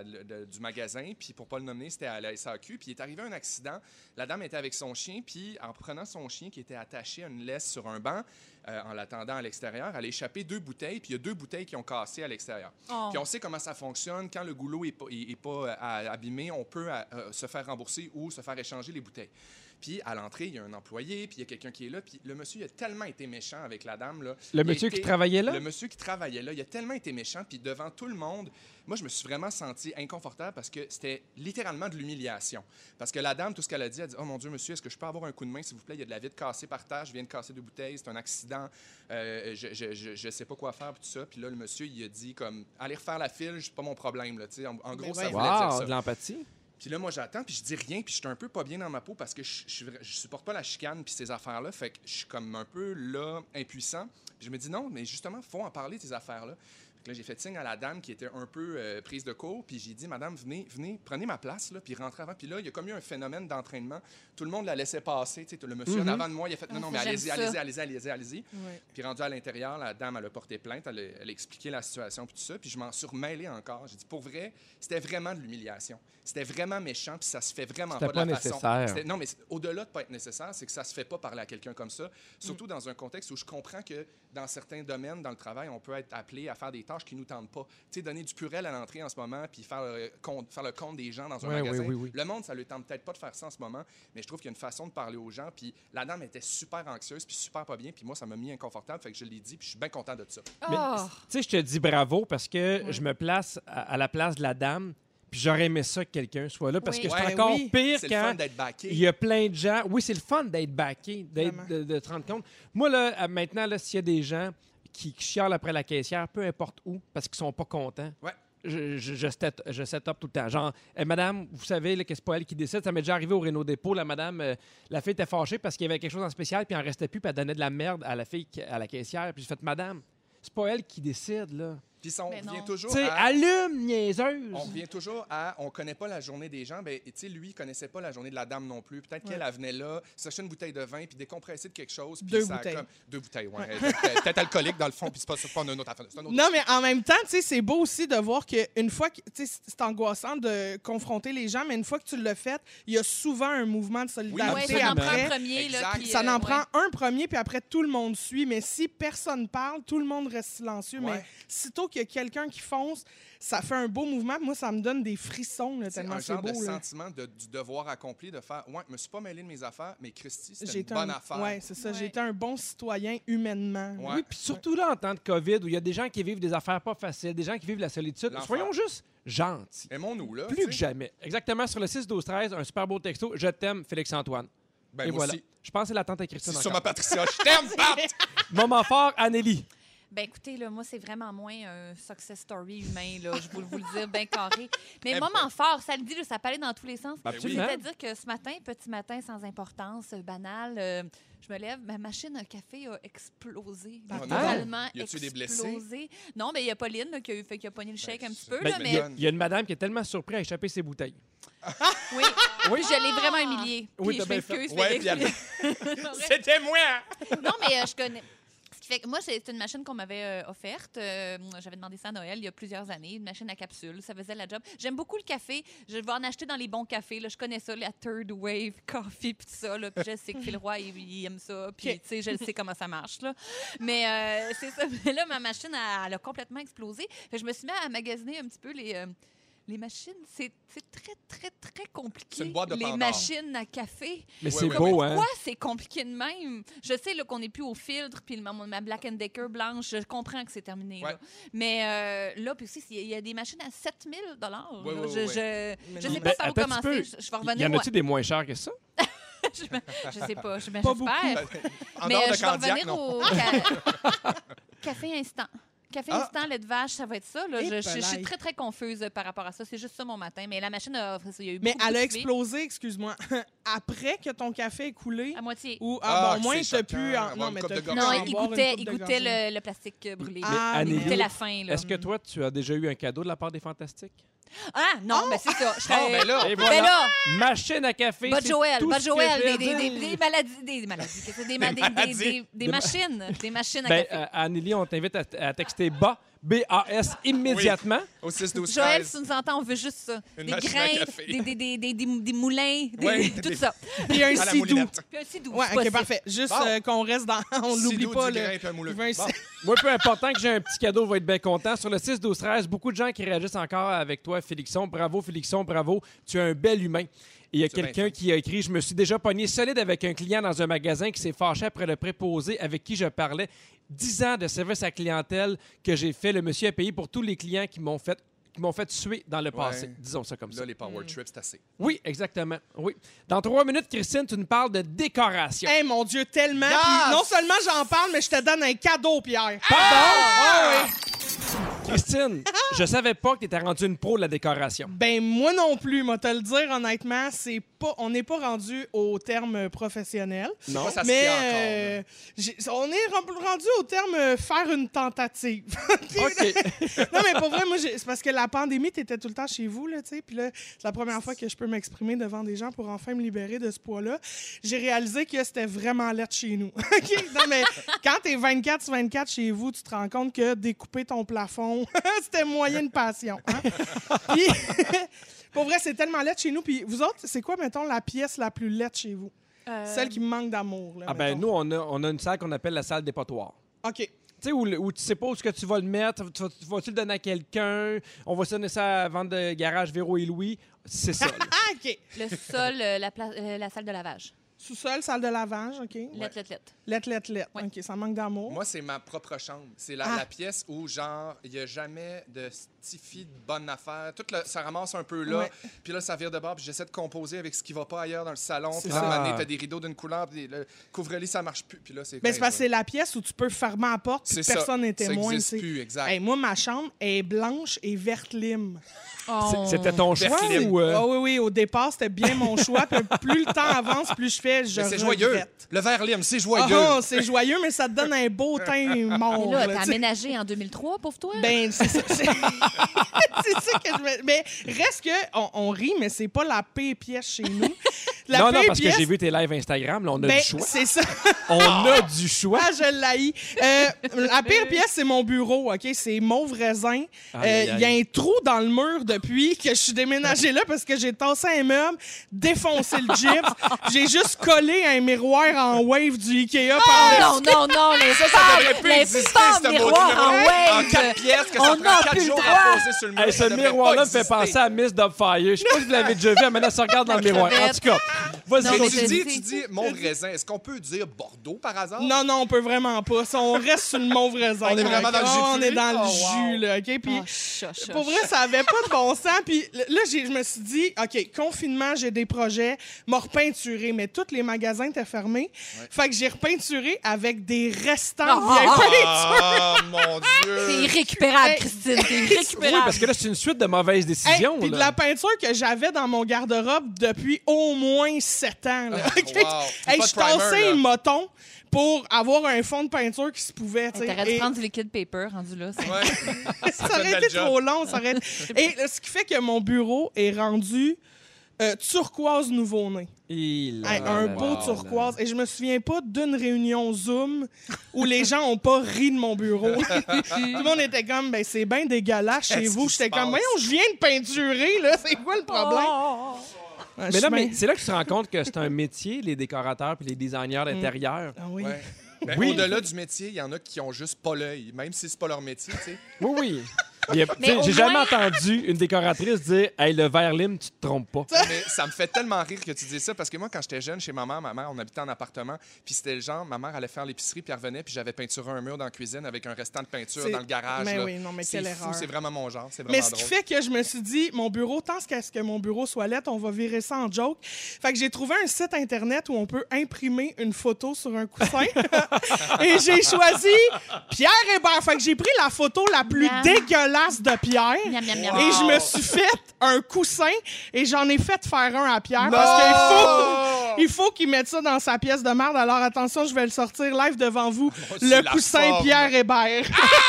du magasin. Puis, pour ne pas le nommer, c'était à la SAQ. Puis, il est arrivé un accident. La dame était avec son chien. Puis, en prenant son chien qui était attaché à une laisse sur un banc, en l'attendant à l'extérieur, elle a échappé 2 bouteilles. Puis, il y a 2 bouteilles qui ont cassé à l'extérieur. Oh. Puis, on sait comment ça fonctionne. Quand le goulot n'est pas abîmé, on peut se faire rembourser ou se faire échanger les bouteilles. Puis, à l'entrée, il y a un employé, puis il y a quelqu'un qui est là. Puis, le monsieur, il a tellement été méchant avec la dame. Là. Le Il a monsieur été- qui travaillait là? Le monsieur qui travaillait là, il a tellement été méchant. Puis, devant tout le monde, moi, je me suis vraiment senti inconfortable parce que c'était littéralement de l'humiliation. Parce que la dame, tout ce qu'elle a dit, oh mon Dieu, monsieur, est-ce que je peux avoir un coup de main, s'il vous plaît? Il y a de la vitre cassée par terre, je viens de casser 2 bouteilles, c'est un accident, je sais pas quoi faire, puis tout ça. Puis là, le monsieur, il a dit, comme, allez refaire la file, c'est pas mon problème. Là, tu sais. En gros, ça ouais. voulait dire Wow, ça. de l'empathie. Puis là, moi, j'attends, puis je dis rien, puis je suis un peu pas bien dans ma peau parce que je supporte pas la chicane puis ces affaires-là. Fait que je suis comme un peu là, impuissant. Puis je me dis non, mais justement, il faut en parler de ces affaires-là. Fait que là, j'ai fait signe à la dame qui était un peu prise de court, puis j'ai dit, madame, venez, prenez ma place, là, puis rentrez avant. Puis là, il y a comme eu un phénomène d'entraînement. Tout le monde la laissait passer. Tu sais, le monsieur en avant de moi, il a fait non, mais j'aime allez-y, ça. allez-y. Ouais. Puis rendu à l'intérieur, la dame, elle a porté plainte, elle a expliqué la situation, puis tout ça. Puis je m'en suis remêlé encore. J'ai dit, pour vrai, c'était vraiment de l'humiliation. C'était vraiment méchant, puis ça se fait vraiment C'était pas de la pas façon. nécessaire. Non, mais au-delà de pas être nécessaire, c'est que ça se fait pas parler à quelqu'un comme ça. Surtout dans un contexte où je comprends que dans certains domaines, dans le travail, on peut être appelé à faire des tâches qui nous tentent pas. Tu sais, donner du purel à l'entrée en ce moment, puis faire le compte des gens dans un Ouais, magasin. oui. Le monde, ça lui tente peut-être pas de faire ça en ce moment, mais je trouve qu'il y a une façon de parler aux gens. Puis la dame était super anxieuse, puis super pas bien, puis moi, ça m'a mis inconfortable, fait que je l'ai dit, puis je suis bien content de ça. Mais, Oh. tu sais, je te dis bravo parce que je me place à la place de la dame, puis j'aurais aimé ça que quelqu'un soit là parce Oui. que c'est Ouais, encore oui. pire C'est le fun quand d'être backé. il y a plein de gens. Oui, c'est le fun d'être backé, Vraiment. de te rendre compte. Moi, là, maintenant, là, s'il y a des gens qui chialent après la caissière, peu importe où, parce qu'ils sont pas contents. Ouais. Je set up tout le temps. Genre, madame, vous savez là, que c'est pas elle qui décide. Ça m'est déjà arrivé au Renault Dépôt. La madame, la fille était fâchée parce qu'il y avait quelque chose en spécial, puis il en restait plus, puis elle donnait de la merde à la fille, à la caissière. Puis j'ai fait, madame, c'est pas elle qui décide, là. Puis ça, on Mais revient non. toujours Tu sais, à... allume, niaiseuse! On revient toujours à on connaît pas la journée des gens. Ben, tu sais, lui, il connaissait pas la journée de la dame non plus. Peut-être qu'elle venait là, s'achetait une bouteille de vin, puis décompresser de quelque chose. Puis 2 ça a bouteilles. comme... 2 bouteilles, ouais. Elle était peut-être alcoolique dans le fond, puis c'est pas une autre affaire. C'est un autre... Non, mais en même temps, tu sais, c'est beau aussi de voir qu'une fois que, tu sais, c'est angoissant de confronter les gens, mais une fois que tu l'as fait, il y a souvent un mouvement de solidarité Oui, ça en prend après. un premier. Là, Exact. puis, Ça en prend ouais. un premier, puis après, tout le monde suit. Mais si personne parle, tout le monde reste silencieux. Ouais. Mais sitôt qu'il y a quelqu'un qui fonce, ça fait un beau mouvement. Moi, ça me donne des frissons, là, C'est tellement un c'est genre beau. de là. sentiment du devoir accompli, de faire « Ouais, je me suis pas mêlé de mes affaires, mais Christy, c'était J'ai une été bonne un... affaire. Ouais, c'est ça. Ouais. J'ai été un bon citoyen humainement. Ouais. Oui, puis surtout là, en temps de COVID, où il y a des gens qui vivent des affaires pas faciles, des gens qui vivent la solitude, L'enfer. soyons juste gentils. Aimons-nous, là. Plus tu que sais. jamais. Exactement, sur le 6-12-13, un super beau texto. Je t'aime, Félix-Antoine. Ben, Et moi voilà. aussi. Je pense que c'est la tante à Christine C'est sur encore. ma Patricia. Je t'aime, Pat! Moment fort, Anneli. Ben écoutez, là, moi, c'est vraiment moins un success story humain, là, je vous le dire, bien carré. Mais Eh moment fort, ça le dit, là, ça peut aller dans tous les sens. Absolument. C'est-à-dire que ce matin, petit matin sans importance, banal, je me lève, ma machine à café a explosé. Oh non. Littéralement Y a-tu des blessés? explosé. Non, mais il y a Pauline là, qui a pogné le chèque un petit peu, Ben, là, il mais y a- il y a une madame qui est tellement surprise à échapper ses bouteilles. oui, oui, je l'ai vraiment humiliée. Oui, Puis t'as je bien fait. m'excuse, Ouais, Félix. puis C'était moi! Non, mais je connais. Ce qui fait que moi, c'est une machine qu'on m'avait offerte. J'avais demandé ça à Noël il y a plusieurs années, une machine à capsule. Ça faisait la job. J'aime beaucoup le café. Je vais en acheter dans les bons cafés. Là. Je connais ça, la Third Wave Coffee puis tout ça. Là. Puis je sais que Phil Roy, il aime ça. Puis, OK. tu sais, je sais comment ça marche. Là. Mais c'est ça. Mais là, ma machine, elle a complètement explosé. Fait que je me suis mis à magasiner un petit peu les machines. C'est très, très, très compliqué. C'est une boîte de les Pandore. machines à café. Mais Ouais, c'est ouais, beau, ouais. hein? Pourquoi c'est compliqué de même? Je sais là, qu'on n'est plus au filtre, puis ma Black Decker blanche, je comprends que c'est terminé. Ouais. Là. Mais là, puis aussi, il y a des machines à 7 000 Ouais, là. ouais, Je sais Ben, pas par où attends un petit commencer. peu. Je vais Y revenir. en a-tu des moins chers que ça? Je sais pas. Pas beaucoup. En Mais dehors de je vais Candiac, revenir non. au café instant. Café Ah. instant, lait de vache, ça va être ça. Là. Et Je suis pelaille. très, très confuse par rapport à ça. C'est juste ça mon matin. Mais la machine, il y a eu Mais beaucoup elle a de tués. explosé, excuse-moi, après que ton café est coulé. À moitié. Ou, Ah, bon, au moins, c'est t'as pu... choquant, en- avoir Non, une mais coupe t'as de pu gorgée. Non, en il boire une goûtait, coupe il de goûtait gorgée. le plastique brûlé. Ah, Mais Il Anneli, goûtait la fin. Là. est-ce que toi, tu as déjà eu un cadeau de la part des Fantastiques? Ah, non, mais c'est ça. Je Bon, serais... ben là, Et Ben voilà. là, Machine à café, Bas c'est Joël, tout Bas ce que Joël, j'ai à des dire. maladies, qu'est-ce que c'est des maladies. machines à Ben, café. Anneli, on t'invite à texter BAS, B-A-S, immédiatement. Au 6-12-13. Joël, si tu nous entends, on veut juste ça. Une Des machine à grains, café. des moulins, Ouais, tout des- ça. Puis un À la sidou. moulinette. Puis un sidou, Ouais, c'est OK, possible. parfait. Juste Bon. qu'on reste dans... On l'oublie Sidou, pas, du là. grain puis un moulin. Il veut un Bon. Moi, peu important que j'ai un petit cadeau, va être bien content. Sur le 6-12-13, beaucoup de gens qui réagissent encore avec toi, Félixon. Bravo, Félixon, bravo. Tu es un bel humain. Et il y a C'est bien quelqu'un fait. qui a écrit « Je me suis déjà pogné solide avec un client dans un magasin qui s'est fâché après le préposé avec qui je parlais. 10 ans de service à clientèle que j'ai fait. Le monsieur a payé pour tous les clients qui m'ont fait suer dans le passé. Ouais. Disons ça comme ça. Là, les power trips, c'est assez. Oui, exactement. Oui. Dans 3 minutes, Christine, tu nous parles de décoration. Hey, mon Dieu, tellement. Yes! Puis non seulement j'en parle, mais je te donne un cadeau, Pierre. Pardon? Christine, je savais pas que tu étais rendue une pro de la décoration. Ben moi non plus, moi te le dire honnêtement, c'est pas, on n'est pas rendu au terme professionnel. Non. Pas ça se Mais fait encore. on est rendu au terme faire une tentative. OK. Non mais pour vrai, moi c'est parce que la pandémie, t'étais tout le temps chez vous là, tu sais, puis là c'est la première fois que je peux m'exprimer devant des gens pour enfin me libérer de ce poids-là. J'ai réalisé que c'était vraiment laid chez nous. OK? Non mais quand t'es 24/24 chez vous, tu te rends compte que découper ton plafond, c'était moyen de passion. Hein? Puis, pour vrai, c'est tellement laid chez nous. Puis vous autres, c'est quoi, mettons, la pièce la plus laide chez vous? Celle qui me manque d'amour. Là, Ah ben mettons. nous, on a une salle qu'on appelle la salle des potoirs. OK. Tu sais, où tu sais pas où est-ce que tu vas le mettre, tu vas-tu le donner à quelqu'un, on va sonner ça à la vente de garage Véro et Louis. C'est ça. là. Ah, OK. Le sol, la salle de lavage. Sous-sol, salle de lavage, OK. Lettre. OK, ça manque d'amour. Moi, c'est ma propre chambre. C'est la pièce où, genre, il n'y a jamais de petits filles de bonne affaire. Ça ramasse un peu là. Ouais. Puis là, ça vire de bord. Puis j'essaie de composer avec ce qui va pas ailleurs dans le salon. C'est Puis là, à un ça. moment donné, t'as des rideaux d'une couleur. Puis le couvre-lit, ça marche plus. Puis là, c'est Ben, c'est parce que c'est la pièce où tu peux fermer la porte puis C'est ça. personne n'est Ça témoin. existe tu sais. plus, exact. Hey, moi, ma chambre est blanche et verte lime. C'était ton choix Berthilim. ou... Ah oui, au départ, c'était bien mon choix. Puis plus le temps avance, plus je fais, je Mais c'est joyeux. regrette. Le vert lime, c'est Ah, joyeux. ah, c'est joyeux, mais ça te donne un beau teint mort. Mais là, là, t'as tu sais. aménagé en 2003, pauvre toi? Ben, c'est ça. C'est ça que je me... Mais reste que, on rit, mais c'est pas la pire pièce chez nous. La non, pire parce pièce, que j'ai vu tes lives Instagram, là, on a ben, du choix. c'est ça. On a du choix. Ah, je l'haïs. La pire pièce, c'est mon bureau, OK? C'est mauve raisin. Aïe, aïe, Il y a un trou dans le mur depuis que je suis déménagée là parce que j'ai tassé un meuble, défoncé le gyps. J'ai juste collé un miroir en wave du Ikea par Non, les Ça femmes, devrait plus les exister, femmes ce miroirs en mot-là. En wave. 4 pièces, que On ça n'a prend 4 plus le jours droit. à poser sur le mur. Hey, ce ça devrait miroir-là pas me fait exister. penser à Miss Dubfire. Je sais pas si vous l'avez déjà vu, mais maintenant, ça regarde dans le miroir. En tout cas, vas-y, Non, Mais mais continue. c'est- tu dis mon raisin. Est-ce qu'on peut dire Bordeaux par hasard? Non, on peut vraiment pas. Ça, on reste sur le mauve raisin. On est vraiment dans le jus de On est fruits? dans le Oh, wow. jus, là, OK? Puis, Oh, pour vrai, ça avait pas de bon sens. Puis là, je me suis dit, OK, confinement, j'ai des projets, m'a repeinturé, mais tous les magasins étaient fermés. Fait que j'ai repeinturé avec des restants de vieilles peintures. Ah, mon Dieu! C'est irrécupérable, Hey. Christine. C'est Oui, irrécupérable. parce que là, c'est une suite de mauvaises Hey, décisions. puis de là. la peinture que j'avais dans mon garde-robe depuis au moins 7 ans. Là. OK? Wow. Hey, Pas de je tassais primer, là. un moton pour avoir un fond de peinture qui se pouvait. tu sais. T'aurais dû Et- prendre du liquide paper rendu là. c'est- Ouais. ça aurait bel été job. trop long. Ça aurait... Et ce qui fait que mon bureau est rendu turquoise nouveau-né. Hey, un beau turquoise. Et je me souviens pas d'une réunion Zoom où les gens ont pas ri de mon bureau. Tout le monde était comme, ben c'est bien dégueulasse chez Qu'est-ce vous. qui J'étais se comme, passe? voyons, je viens de peinturer, là. C'est quoi le problème? Ouais, Mais je là, suis mais bien- c'est là que tu te rends compte que c'est un métier, les décorateurs puis les designers d'intérieur. Ah oui. Ouais. Ben, Oui. Au-delà du métier, il y en a qui ont juste pas l'œil, même si c'est pas leur métier, tu sais. Oui, oui. Il y a- Mais au J'ai jamais moins- entendu une décoratrice dire « Hey, le vert lime, tu te trompes pas. » Mais ça me fait tellement rire que tu dis ça parce que moi, quand j'étais jeune, chez ma mère, on habitait en appartement, puis c'était le genre, ma mère allait faire l'épicerie, puis elle revenait, puis j'avais peinturé un mur dans la cuisine avec un restant de peinture C'est- dans le garage. Mais là. oui, non, mais C'est quelle fou, erreur. c'est vraiment mon genre, c'est Mais vraiment ce qui drôle. fait que je me suis dit, mon bureau, tant qu'à ce que mon bureau soit lettre, on va virer ça en joke. Fait que j'ai trouvé un site Internet où on peut imprimer une photo sur un coussin. Et j'ai choisi Pierre Hébert. Fait que j'ai pris la photo la plus Miam. dégueulasse de Pierre. Miam, miam, miam. Et je me suis fait un coussin et j'en ai fait faire un à Pierre parce qu'il faut qu'il mette ça dans sa pièce de merde. Alors attention, je vais le sortir live devant vous. c'est Le la coussin forme. Pierre Hébert.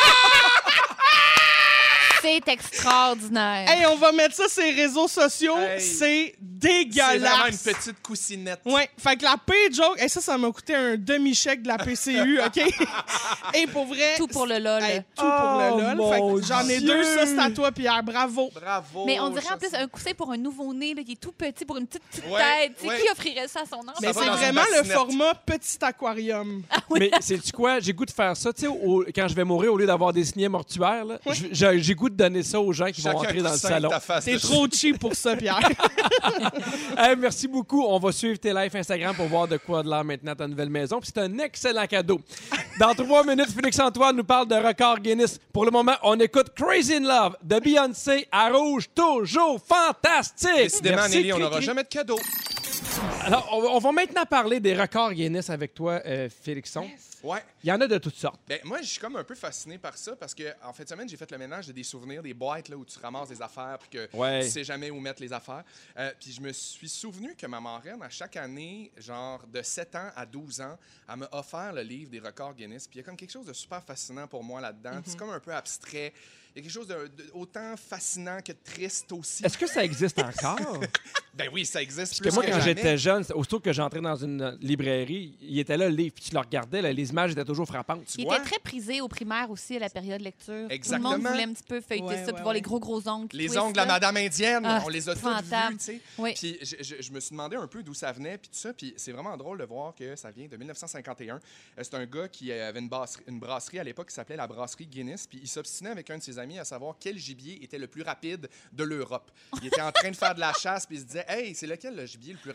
C'est extraordinaire. Hey, on va mettre ça sur les réseaux sociaux. Hey. C'est C'est dégueulasse. vraiment une petite coussinette. Ouais, fait que la pire joke, et ça m'a coûté un demi-chèque de la PCU, OK? Et pour vrai... Tout pour le LOL. Hey, tout pour le LOL. mon Fait que j'en ai Dieu. 2, ça c'est à toi, Pierre. Bravo. Bravo. Mais on dirait en ça, plus c'est- un coussin pour un nouveau-né là, qui est tout petit, pour une petite Ouais, tête. Tu sais, ouais. Qui offrirait ça à son enfant? Mais va c'est dans une vraiment le bassinette. format petit aquarium. Mais sais-tu quoi? J'ai goût de faire ça. Tu sais, quand je vais mourir, au lieu d'avoir des signets mortuaires, là, j'ai goût de donner ça aux gens qui vont Chacun entrer dans le coussin salon. avec ta face T'es dessus. trop cheap pour ça, Pierre. Hey, merci beaucoup. On va suivre tes lives Instagram pour voir de quoi de l'air maintenant à ta nouvelle maison. Puis c'est un excellent cadeau. Dans 3 minutes, Félix-Antoine nous parle de record Guinness. Pour le moment, on écoute Crazy in Love de Beyoncé à Rouge. Toujours fantastique. Décidément, Merci, Nelly, on n'aura Cricri. jamais de cadeau. Alors, on va maintenant parler des records Guinness avec toi, Félixon. Ouais. Il y en a de toutes sortes. Ben, moi, je suis comme un peu fasciné par ça parce que en fin de semaine, j'ai fait le ménage de des souvenirs, des boîtes là, où tu ramasses des affaires puis que Ouais. tu sais jamais où mettre les affaires. Puis je me suis souvenu que ma marraine, à chaque année, genre de 7 ans à 12 ans, elle m'a offert le livre des records Guinness. Puis il y a comme quelque chose de super fascinant pour moi là-dedans. C'est comme un peu abstrait. Il y a quelque chose autant fascinant que triste aussi. Est-ce que ça existe encore? Ben oui, ça existe Parce plus que moi, quand jamais. j'étais jeune, aussitôt que j'entrais dans une librairie, il était là le livre, puis tu le regardais, là, les images étaient toujours frappantes. Tu Il vois? était très prisé au primaire aussi à la période lecture. Exactement. Tout le monde voulait un petit peu feuilleter Ouais, ça, ouais, puis voir les gros ongles. qui Les twistent, ongles de la là. Madame Indienne, Ah, on les a tous épouvantable. vus, tu sais. Oui. Puis je me suis demandé un peu d'où ça venait, puis tout ça. Puis c'est vraiment drôle de voir que ça vient de 1951. C'est un gars qui avait une brasserie à l'époque qui s'appelait la brasserie Guinness, puis il s'obstinait avec un de ses amis à savoir quel gibier était le plus rapide de l'Europe. Il était en train de faire de la chasse, puis il se disait « Hey, c'est lequel le gibier le plus rapide? » Finalement,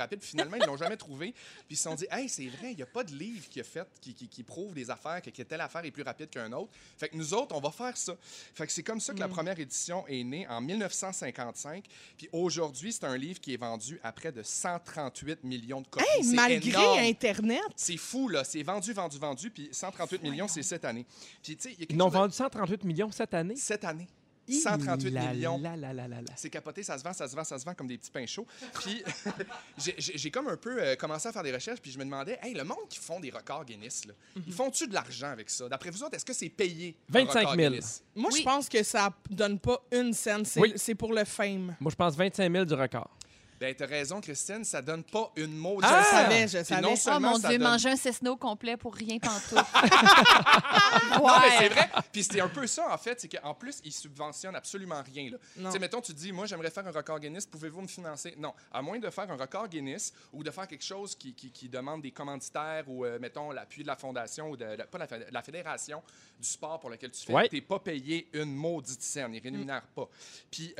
finalement, ils l'ont jamais trouvé. Puis ils se sont dit, hey, c'est vrai, il n'y a pas de livre qui prouve des affaires, que telle affaire est plus rapide qu'un autre. Fait que nous autres, on va faire ça. Fait que c'est comme ça que la première édition est née en 1955. Puis aujourd'hui, c'est un livre qui est vendu à près de 138 millions de copies. Hey, C'est malgré énorme. Internet. C'est fou, là. C'est vendu. Puis 138 millions, c'est cette année. Puis, tu sais, il y a quelque Ils ont chose de- vendu 138 millions cette année. Cette année. 138 millions. Là. C'est capoté, ça se vend comme des petits pains chauds. Puis j'ai comme un peu commencé à faire des recherches, puis je me demandais, hey, le monde qui font des records Guinness, là, ils font-tu de l'argent avec ça? D'après vous autres, est-ce que c'est payé? 25 000. Moi, Oui. je pense que ça donne pas une scène. Oui. C'est pour le fame. Moi, je pense 25 000 du record. Ben, t'as raison, Christine, ça donne pas une maudite. Ah! Je Puis savais. non Oh seulement mon ça Dieu, donne- manger un Cessna au complet pour rien pantoute. Non, mais Ouais. c'est vrai. Puis c'était un peu ça, en fait. C'est qu'en plus, ils subventionnent absolument rien. Non. Tu sais, mettons, tu te dis, moi, j'aimerais faire un record Guinness, pouvez-vous me financer? Non. À moins de faire un record Guinness ou de faire quelque chose qui demande des commanditaires ou, mettons, l'appui de la fondation ou de la fédération du sport pour lequel tu fais, Ouais. t'es pas payé une maudite scène. Ils rémunèrent pas. Puis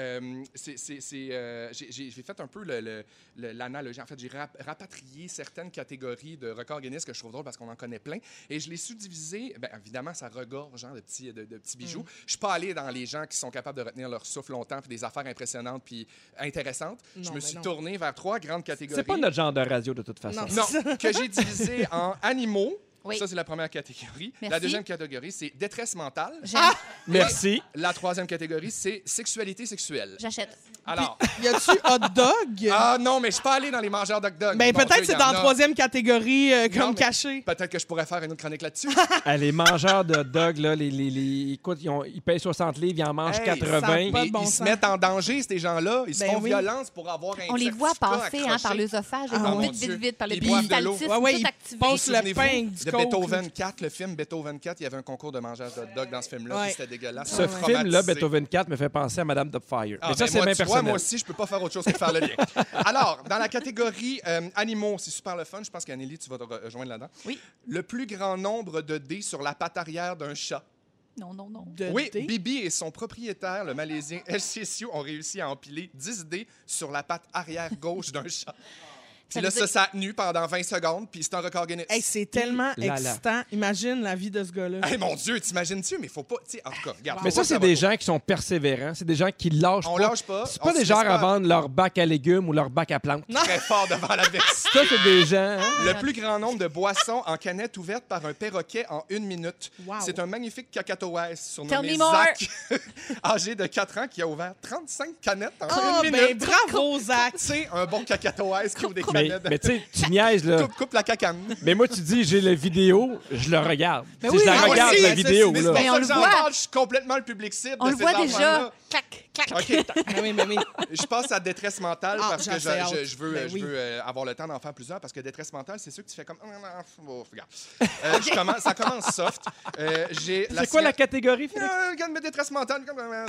j'ai fait un peu l'analogie. En fait, j'ai rapatrié certaines catégories de records Guinness que je trouve drôle parce qu'on en connaît plein. Et je les subdivisé. Bien, évidemment, ça regorge de petits bijoux. Je suis pas allé dans les gens qui sont capables de retenir leur souffle longtemps puis des affaires impressionnantes puis intéressantes. Je Non, me mais suis non. tourné vers 3 grandes catégories. C'est pas notre genre de radio, de toute façon. Non. Non, que j'ai divisé en animaux. Oui. Ça, c'est la première catégorie. Merci. La deuxième catégorie, c'est détresse mentale. Merci. La troisième catégorie, c'est sexualité sexuelle. J'achète. Alors, Y a-tu hot dog? ah non, mais je suis pas allé dans les mangeurs d'hot dog. Ben, Mon peut-être Dieu, que c'est il y dans en la a. troisième catégorie Non, comme mais- caché. Peut-être que je pourrais faire une autre chronique là-dessus. Les mangeurs de hot dog, là, écoute, ils payent 60 livres, ils en mangent Hey, 80. ça a pas Mais de bon ils se sens. mettent en danger, ces gens-là. Ils se Ben font oui. violence pour avoir un On les voit certificat passer accroché. par l'œsophage, Ah, ils vont mon vite, Dieu. vite, par le Ils boivent de l'eau. péristaltisme Ouais, ouais, tout ils activé. passent le Souvenez-vous pain du de coke. Beethoven 4, le film Beethoven 4, il y avait un concours de mangeage de hot dog dans ce film-là, Ouais. puis c'était dégueulasse. Ce Ça m'a film-là, traumatisé. Beethoven 4, me fait penser à Madame Dubfire. Ah, Mais ça, ben c'est moi, bien tu vois, personnel. moi aussi, je peux pas faire autre chose que faire le lien. Alors, dans la catégorie animaux, c'est super le fun. Je pense qu'Anneli, tu vas te rejoindre là-dedans. Oui. Le plus grand nombre de dés sur la patte arrière d'un chat. Non. De Oui, thé. Bibi et son propriétaire, le Malaisien LCSU, ont réussi à empiler 10 dés sur la patte arrière gauche d'un chat. Puis Ça là, veut dire- ça a tenu pendant 20 secondes, puis c'est un record Guinness. Hey, c'est tellement Là, là. excitant. Imagine la vie de ce gars-là. Hey, mon Dieu, t'imagines-tu? Mais faut pas... tu sais, en tout cas, regarde. Mais faut ça, pas c'est que va des trop. gens qui sont persévérants. C'est des gens qui lâchent On pas. lâche pas. C'est on pas se des gens laisse à pas vendre leur bac à légumes ou leur bac à plantes. très fort devant l'adversité. Ça, c'est des gens... hein? Le plus grand nombre de boissons en canette ouvertes par un perroquet en 1 minute. Wow. C'est un magnifique cacatoès Tell surnommé me more. Zach, âgé de 4 ans, qui a ouvert 35 canettes en Ah, 1 ben minute. bravo, Zach! C'est un bon cacatoès qui ouvre des Mais, canettes. mais tu sais, tu niaises, là. Coupe la cacane. Mais moi, tu dis, j'ai la vidéo, je le regarde. Mais Tu sais, oui, je la moi regarde, aussi, la ça, vidéo, Mais c'est là. pour Mais ça on que le j'en voit. parle, je suis complètement le public cible On de le ces voit déjà. enfants-là. Clac, clac. OK, Mais oui. je passe à détresse mentale Ah, parce que j'ai hâte. je veux, Ben oui. avoir le temps d'en faire plusieurs parce que détresse mentale, c'est sûr que tu fais comme... Oh, regarde. Ça commence soft. C'est quoi la catégorie, Félix? Regarde mes détresses mentales.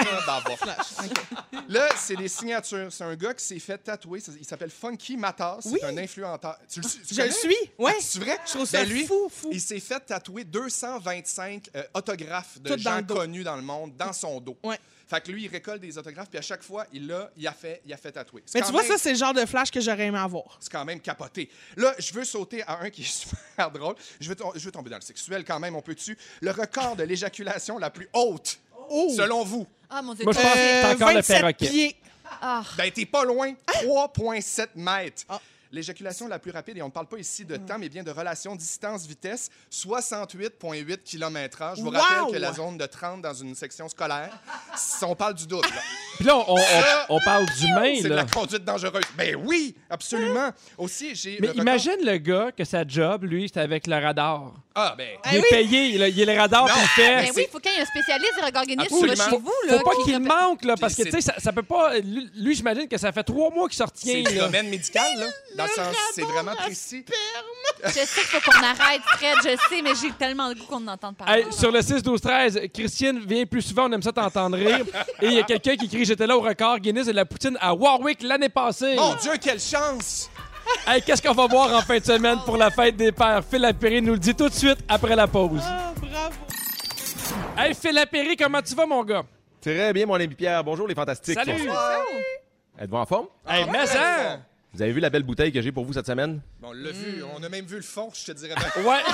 Là, c'est des signatures. C'est un gars qui s'est fait tatouer. Il s'appelle Funky Matas. C'est Oui. un influenteur. Tu Je le connais? suis. Ouais. C'est vrai? Je trouve ça lui, fou. il s'est fait tatouer 225 autographes de Tout dans gens le dos. connus dans le monde dans son dos. Ouais. Fait que lui, il récolte des autographes, puis à chaque fois, il a fait tatouer. C'est Mais quand tu vois, même- ça, c'est le genre de flash que j'aurais aimé avoir. c'est quand même capoté. Là, je veux sauter à un qui est super drôle. Je veux tomber dans le sexuel quand même, on peut-tu? Le record de l'éjaculation la plus haute, selon vous? Ah, mon Dieu. Moi, je pense que c'est encore le 27 perroquet. pieds. Ah, Ben, t'es pas loin. 3,7 mètres. Ah. L'éjaculation la plus rapide, et on ne parle pas ici de temps, mais bien de relation distance-vitesse, 68,8 km/h. Je vous Wow! rappelle que la zone de 30 dans une section scolaire, si on parle du double. là. Puis là, on parle d'humain, C'est de là. la conduite dangereuse. Ben oui, absolument. Aussi, j'ai Mais le record- imagine le gars que sa job, lui, c'est avec le radar. Ah, ben... Il est payé, il est le radar, Non. puis il fait... ben oui, il faut qu'il y ait un spécialiste des regards Guinness qui va Absolument. chez vous. Là, Faut pas qui- qu'il manque, là, parce que, Puis tu sais, ça peut pas... Lui, j'imagine que ça fait 3 mois qu'il sort C'est tient, du là. domaine médical, là. Dans le sens, c'est vraiment précis. Je sais qu'il faut qu'on arrête, Fred, je sais, mais j'ai tellement le goût qu'on en entende parler. Hey, sur le 6-12-13, Christine vient plus souvent, on aime ça t'entendre rire. Et il y a quelqu'un qui crie « J'étais là au record Guinness de la poutine à Warwick l'année passée. » Mon Dieu, quelle chance! Hey, qu'est-ce qu'on va voir en fin de semaine pour la fête des pères? Phil Lapéry nous le dit tout de suite après la pause. Ah, bravo. Hey, Phil Lapéry, comment tu vas, mon gars? Très bien, mon ami Pierre. Bonjour, les fantastiques. Salut! Êtes-vous en forme? Hey, mais ça! Vous avez vu la belle bouteille que j'ai pour vous cette semaine? Bon, on l'a vu, on a même vu le fond, je te dirais bien. Ouais.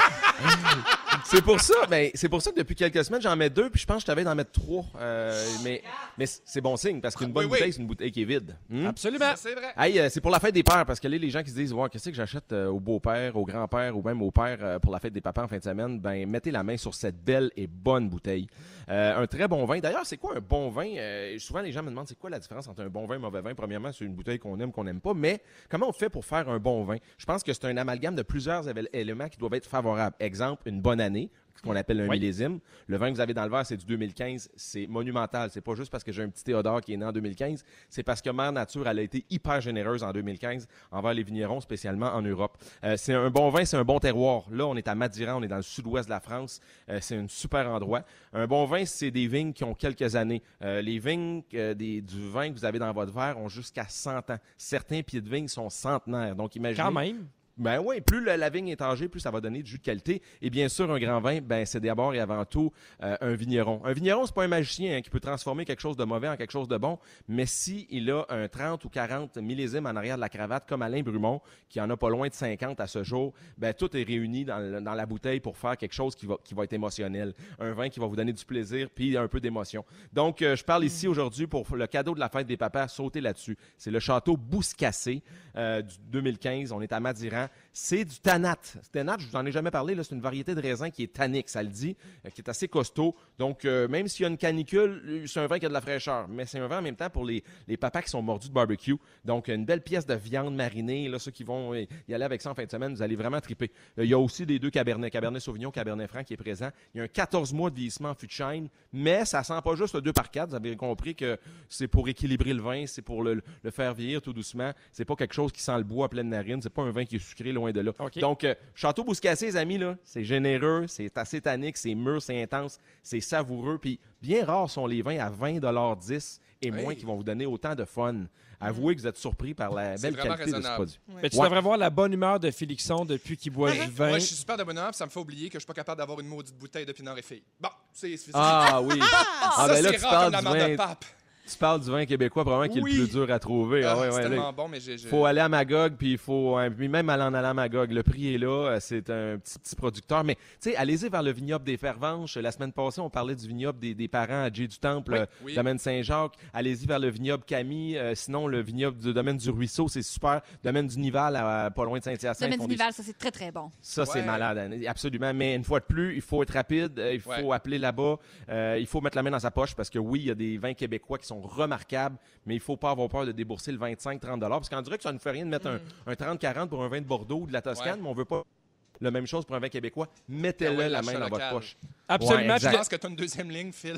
C'est pour ça que depuis quelques semaines, j'en mets 2, puis je pense que je t'avais d'en mettre 3. Mais c'est bon signe, parce qu'une bonne bouteille, c'est une bouteille qui est vide. Absolument. C'est vrai. Hey, c'est pour la fête des pères, parce que là, les gens qui se disent « qu'est-ce que j'achète au beau-père, au grand-père ou même au père pour la fête des papas en fin de semaine? » Ben, mettez la main sur cette belle et bonne bouteille. Un très bon vin. D'ailleurs, c'est quoi un bon vin? Souvent, les gens me demandent c'est quoi la différence entre un bon vin et un mauvais vin. Premièrement, c'est une bouteille qu'on aime, qu'on n'aime pas. Mais comment on fait pour faire un bon vin? Je pense que c'est un amalgame de plusieurs éléments qui doivent être favorables. Exemple, une bonne année, ce qu'on appelle un millésime. Le vin que vous avez dans le verre, c'est du 2015. C'est monumental. C'est pas juste parce que j'ai un petit Théodore qui est né en 2015. C'est parce que Mère Nature, elle a été hyper généreuse en 2015 envers les vignerons, spécialement en Europe. C'est un bon vin, c'est un bon terroir. Là, on est à Madiran, on est dans le sud-ouest de la France. C'est un super endroit. Un bon vin, c'est des vignes qui ont quelques années. Les vignes du vin que vous avez dans votre verre ont jusqu'à 100 ans. Certains pieds de vigne sont centenaires. Donc, imaginez... Quand même. Ben oui, plus la vigne est âgée, plus ça va donner du jus de qualité. Et bien sûr, un grand vin, ben c'est d'abord et avant tout un vigneron. Un vigneron, c'est pas un magicien qui peut transformer quelque chose de mauvais en quelque chose de bon, mais s'il a un 30 ou 40 millésimes en arrière de la cravate, comme Alain Brumont, qui en a pas loin de 50 à ce jour, ben tout est réuni dans la bouteille pour faire quelque chose qui va être émotionnel. Un vin qui va vous donner du plaisir puis un peu d'émotion. Donc, je parle ici aujourd'hui pour le cadeau de la fête des papas, sauter là-dessus. C'est le château Bouscassé du 2015. On est à Madiran. C'est du Tanat. Tanat, je vous en ai jamais parlé, là, c'est une variété de raisin qui est tannique, ça le dit, qui est assez costaud. Donc, même s'il y a une canicule, c'est un vin qui a de la fraîcheur. Mais c'est un vin en même temps pour les papas qui sont mordus de barbecue. Donc, une belle pièce de viande marinée. Là, ceux qui vont y aller avec ça en fin de semaine, vous allez vraiment triper. Il y a aussi des deux Cabernet Sauvignon, Cabernet Franc qui est présent. Il y a un 14 mois de vieillissement en fût de chêne, mais ça sent pas juste le 2x4. Vous avez compris que c'est pour équilibrer le vin, c'est pour le faire vieillir tout doucement. C'est pas quelque chose qui sent le bois à pleine narine. C'est pas un vin qui est sucré, loin de là. Okay. Donc, Château Bouscassé, les amis, là, c'est généreux, c'est assez tannique, c'est mûr, c'est intense, c'est savoureux. Puis bien rares sont les vins à 20,10 et moins qui vont vous donner autant de fun. Avouez que vous êtes surpris par la belle qualité de ce produit. Ouais. Mais tu devrais voir la bonne humeur de Félixon depuis qu'il boit du vin. Moi, je suis super de bonne humeur, ça me fait oublier que je suis pas capable d'avoir une maudite bouteille de Pinot et Fille. Bon, c'est Ah oui. Ça, ben là, c'est rare comme la marde de pape. Tu parles du vin québécois, probablement qui est le plus dur à trouver. C'est tellement bon, mais j'ai... faut aller à Magog, puis il faut... Puis même en allant à Magog, le prix est là, c'est un petit producteur. Mais, tu sais, allez-y vers le vignoble des Fervenches. La semaine passée, on parlait du vignoble des parents à Jay du Temple, domaine Saint-Jacques. Allez-y vers le vignoble Camille. Sinon, le vignoble du domaine du Ruisseau, c'est super. Domaine du Nival, pas loin de Saint-Hyacinthe. Domaine du Nival, ça, c'est très, très bon. Ça, c'est malade, absolument. Mais une fois de plus, il faut être rapide, il faut appeler là-bas, il faut mettre la main dans sa poche parce que oui, il y a des vins québécois qui sont remarquables, mais il ne faut pas avoir peur de débourser le 25-30 $. Parce qu'on dirait que ça ne fait rien de mettre un 30-40 pour un vin de Bordeaux ou de la Toscane, mais on ne veut pas la même chose pour un vin québécois. Mettez-le la main dans votre poche. Absolument. Je pense que tu as une deuxième ligne, Phil.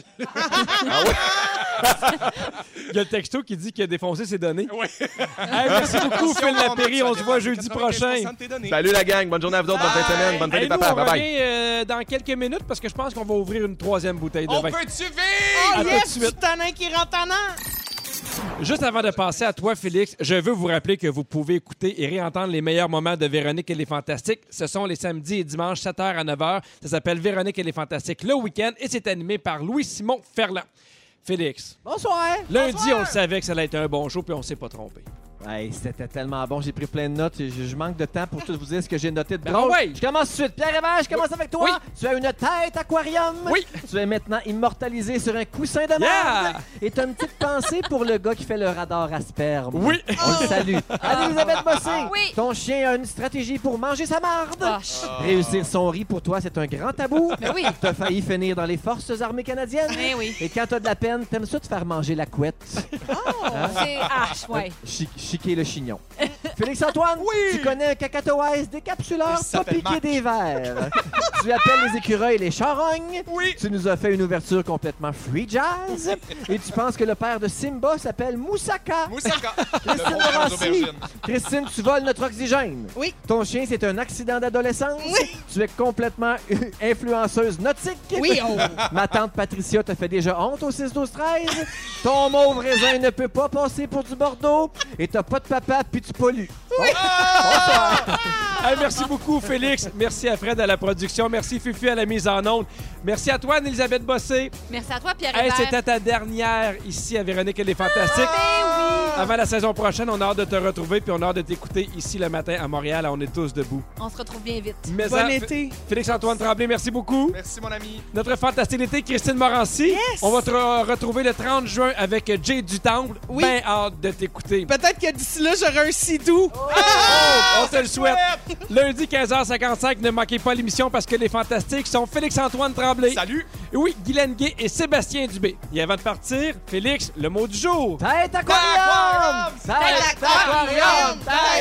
Il y a le texto qui dit qu'il a défoncé ses données. Oui. Merci beaucoup, Phil Lapéry. On se voit jeudi prochain. Salut la gang. Bonne journée à vous autres. Bonne fin de semaine. Bonne fête des papas. Bye bye. Dans quelques minutes parce que je pense qu'on va ouvrir une troisième bouteille de vin. On peut-tu vivre? Oh yes, du tanin qui rentre tannant! Juste avant de passer à toi, Félix, je veux vous rappeler que vous pouvez écouter et réentendre les meilleurs moments de Véronique et les Fantastiques. Ce sont les samedis et dimanches, 7h à 9h. Ça s'appelle Véronique et les Fantastiques le week-end et c'est animé par Louis-Simon Ferland. Félix. Bonsoir. Lundi, Bonsoir. on le savait que ça allait être un bon show puis on s'est pas trompé. Hey, c'était tellement bon. J'ai pris plein de notes. Je manque de temps pour tout vous dire ce que j'ai noté de drôle. Ouais. Je commence tout de suite. Pierre Hébert, je commence avec toi. Oui. Tu as une tête aquarium. Oui. Tu es maintenant immortalisé sur un coussin de merde. Et tu as une petite pensée pour le gars qui fait le radar à sperme. Oui. On le salue. Anne-Elisabeth Bossé. Oui. Ton chien a une stratégie pour manger sa marde. Réussir son riz pour toi, c'est un grand tabou. Mais oui. Tu as failli finir dans les forces armées canadiennes. Mais oui. Et quand tu as de la peine, t'aimes ça te faire manger la couette. C'est ouais. Chiquer le chignon. Félix-Antoine, tu connais un cacatoès décapsuleur pas piqué des verres. Tu appelles les écureuils les charognes. Oui. Tu nous as fait une ouverture complètement free jazz. Et tu penses que le père de Simba s'appelle Moussaka. Moussaka. Christine Morancy. Christine, tu voles notre oxygène. Oui. Ton chien, c'est un accident d'adolescence. Oui. Tu es complètement influenceuse nautique. Oui, oh. Ma tante Patricia te fait déjà honte au 6-12-13. Ton mauve raisin ne peut pas passer pour du Bordeaux. Et t'as pas de papa, puis tu pollues. Hey, merci beaucoup, Félix. Merci à Fred à la production. Merci, Fufu, à la mise en onde. Merci à toi, Anne-Elisabeth Bossé. Merci à toi, Pierre Hey, Hébert. c'était ta dernière ici à Véronique et les Fantastiques. Avant la saison prochaine, on a hâte de te retrouver puis on a hâte de t'écouter ici le matin à Montréal. On est tous debout. On se retrouve bien vite. Mais Bon été. Félix-Antoine Tremblay, merci beaucoup. Merci, mon ami. Notre fantastique d'été, Christine Morancy. Yes! On va te retrouver le 30 juin avec Jay du Temple. Oui. Bien hâte de t'écouter. Peut-être que d'ici là, j'aurai un sidou. On te le souhaite. Lundi, 15h55, ne manquez pas l'émission parce que les Fantastiques sont Félix-Antoine Tremblay. Salut. Et oui, Guylaine Gay et Sébastien Dubé. Et avant de partir, Félix, le mot du jour. Tête aquarium! Tête aquarium! Tête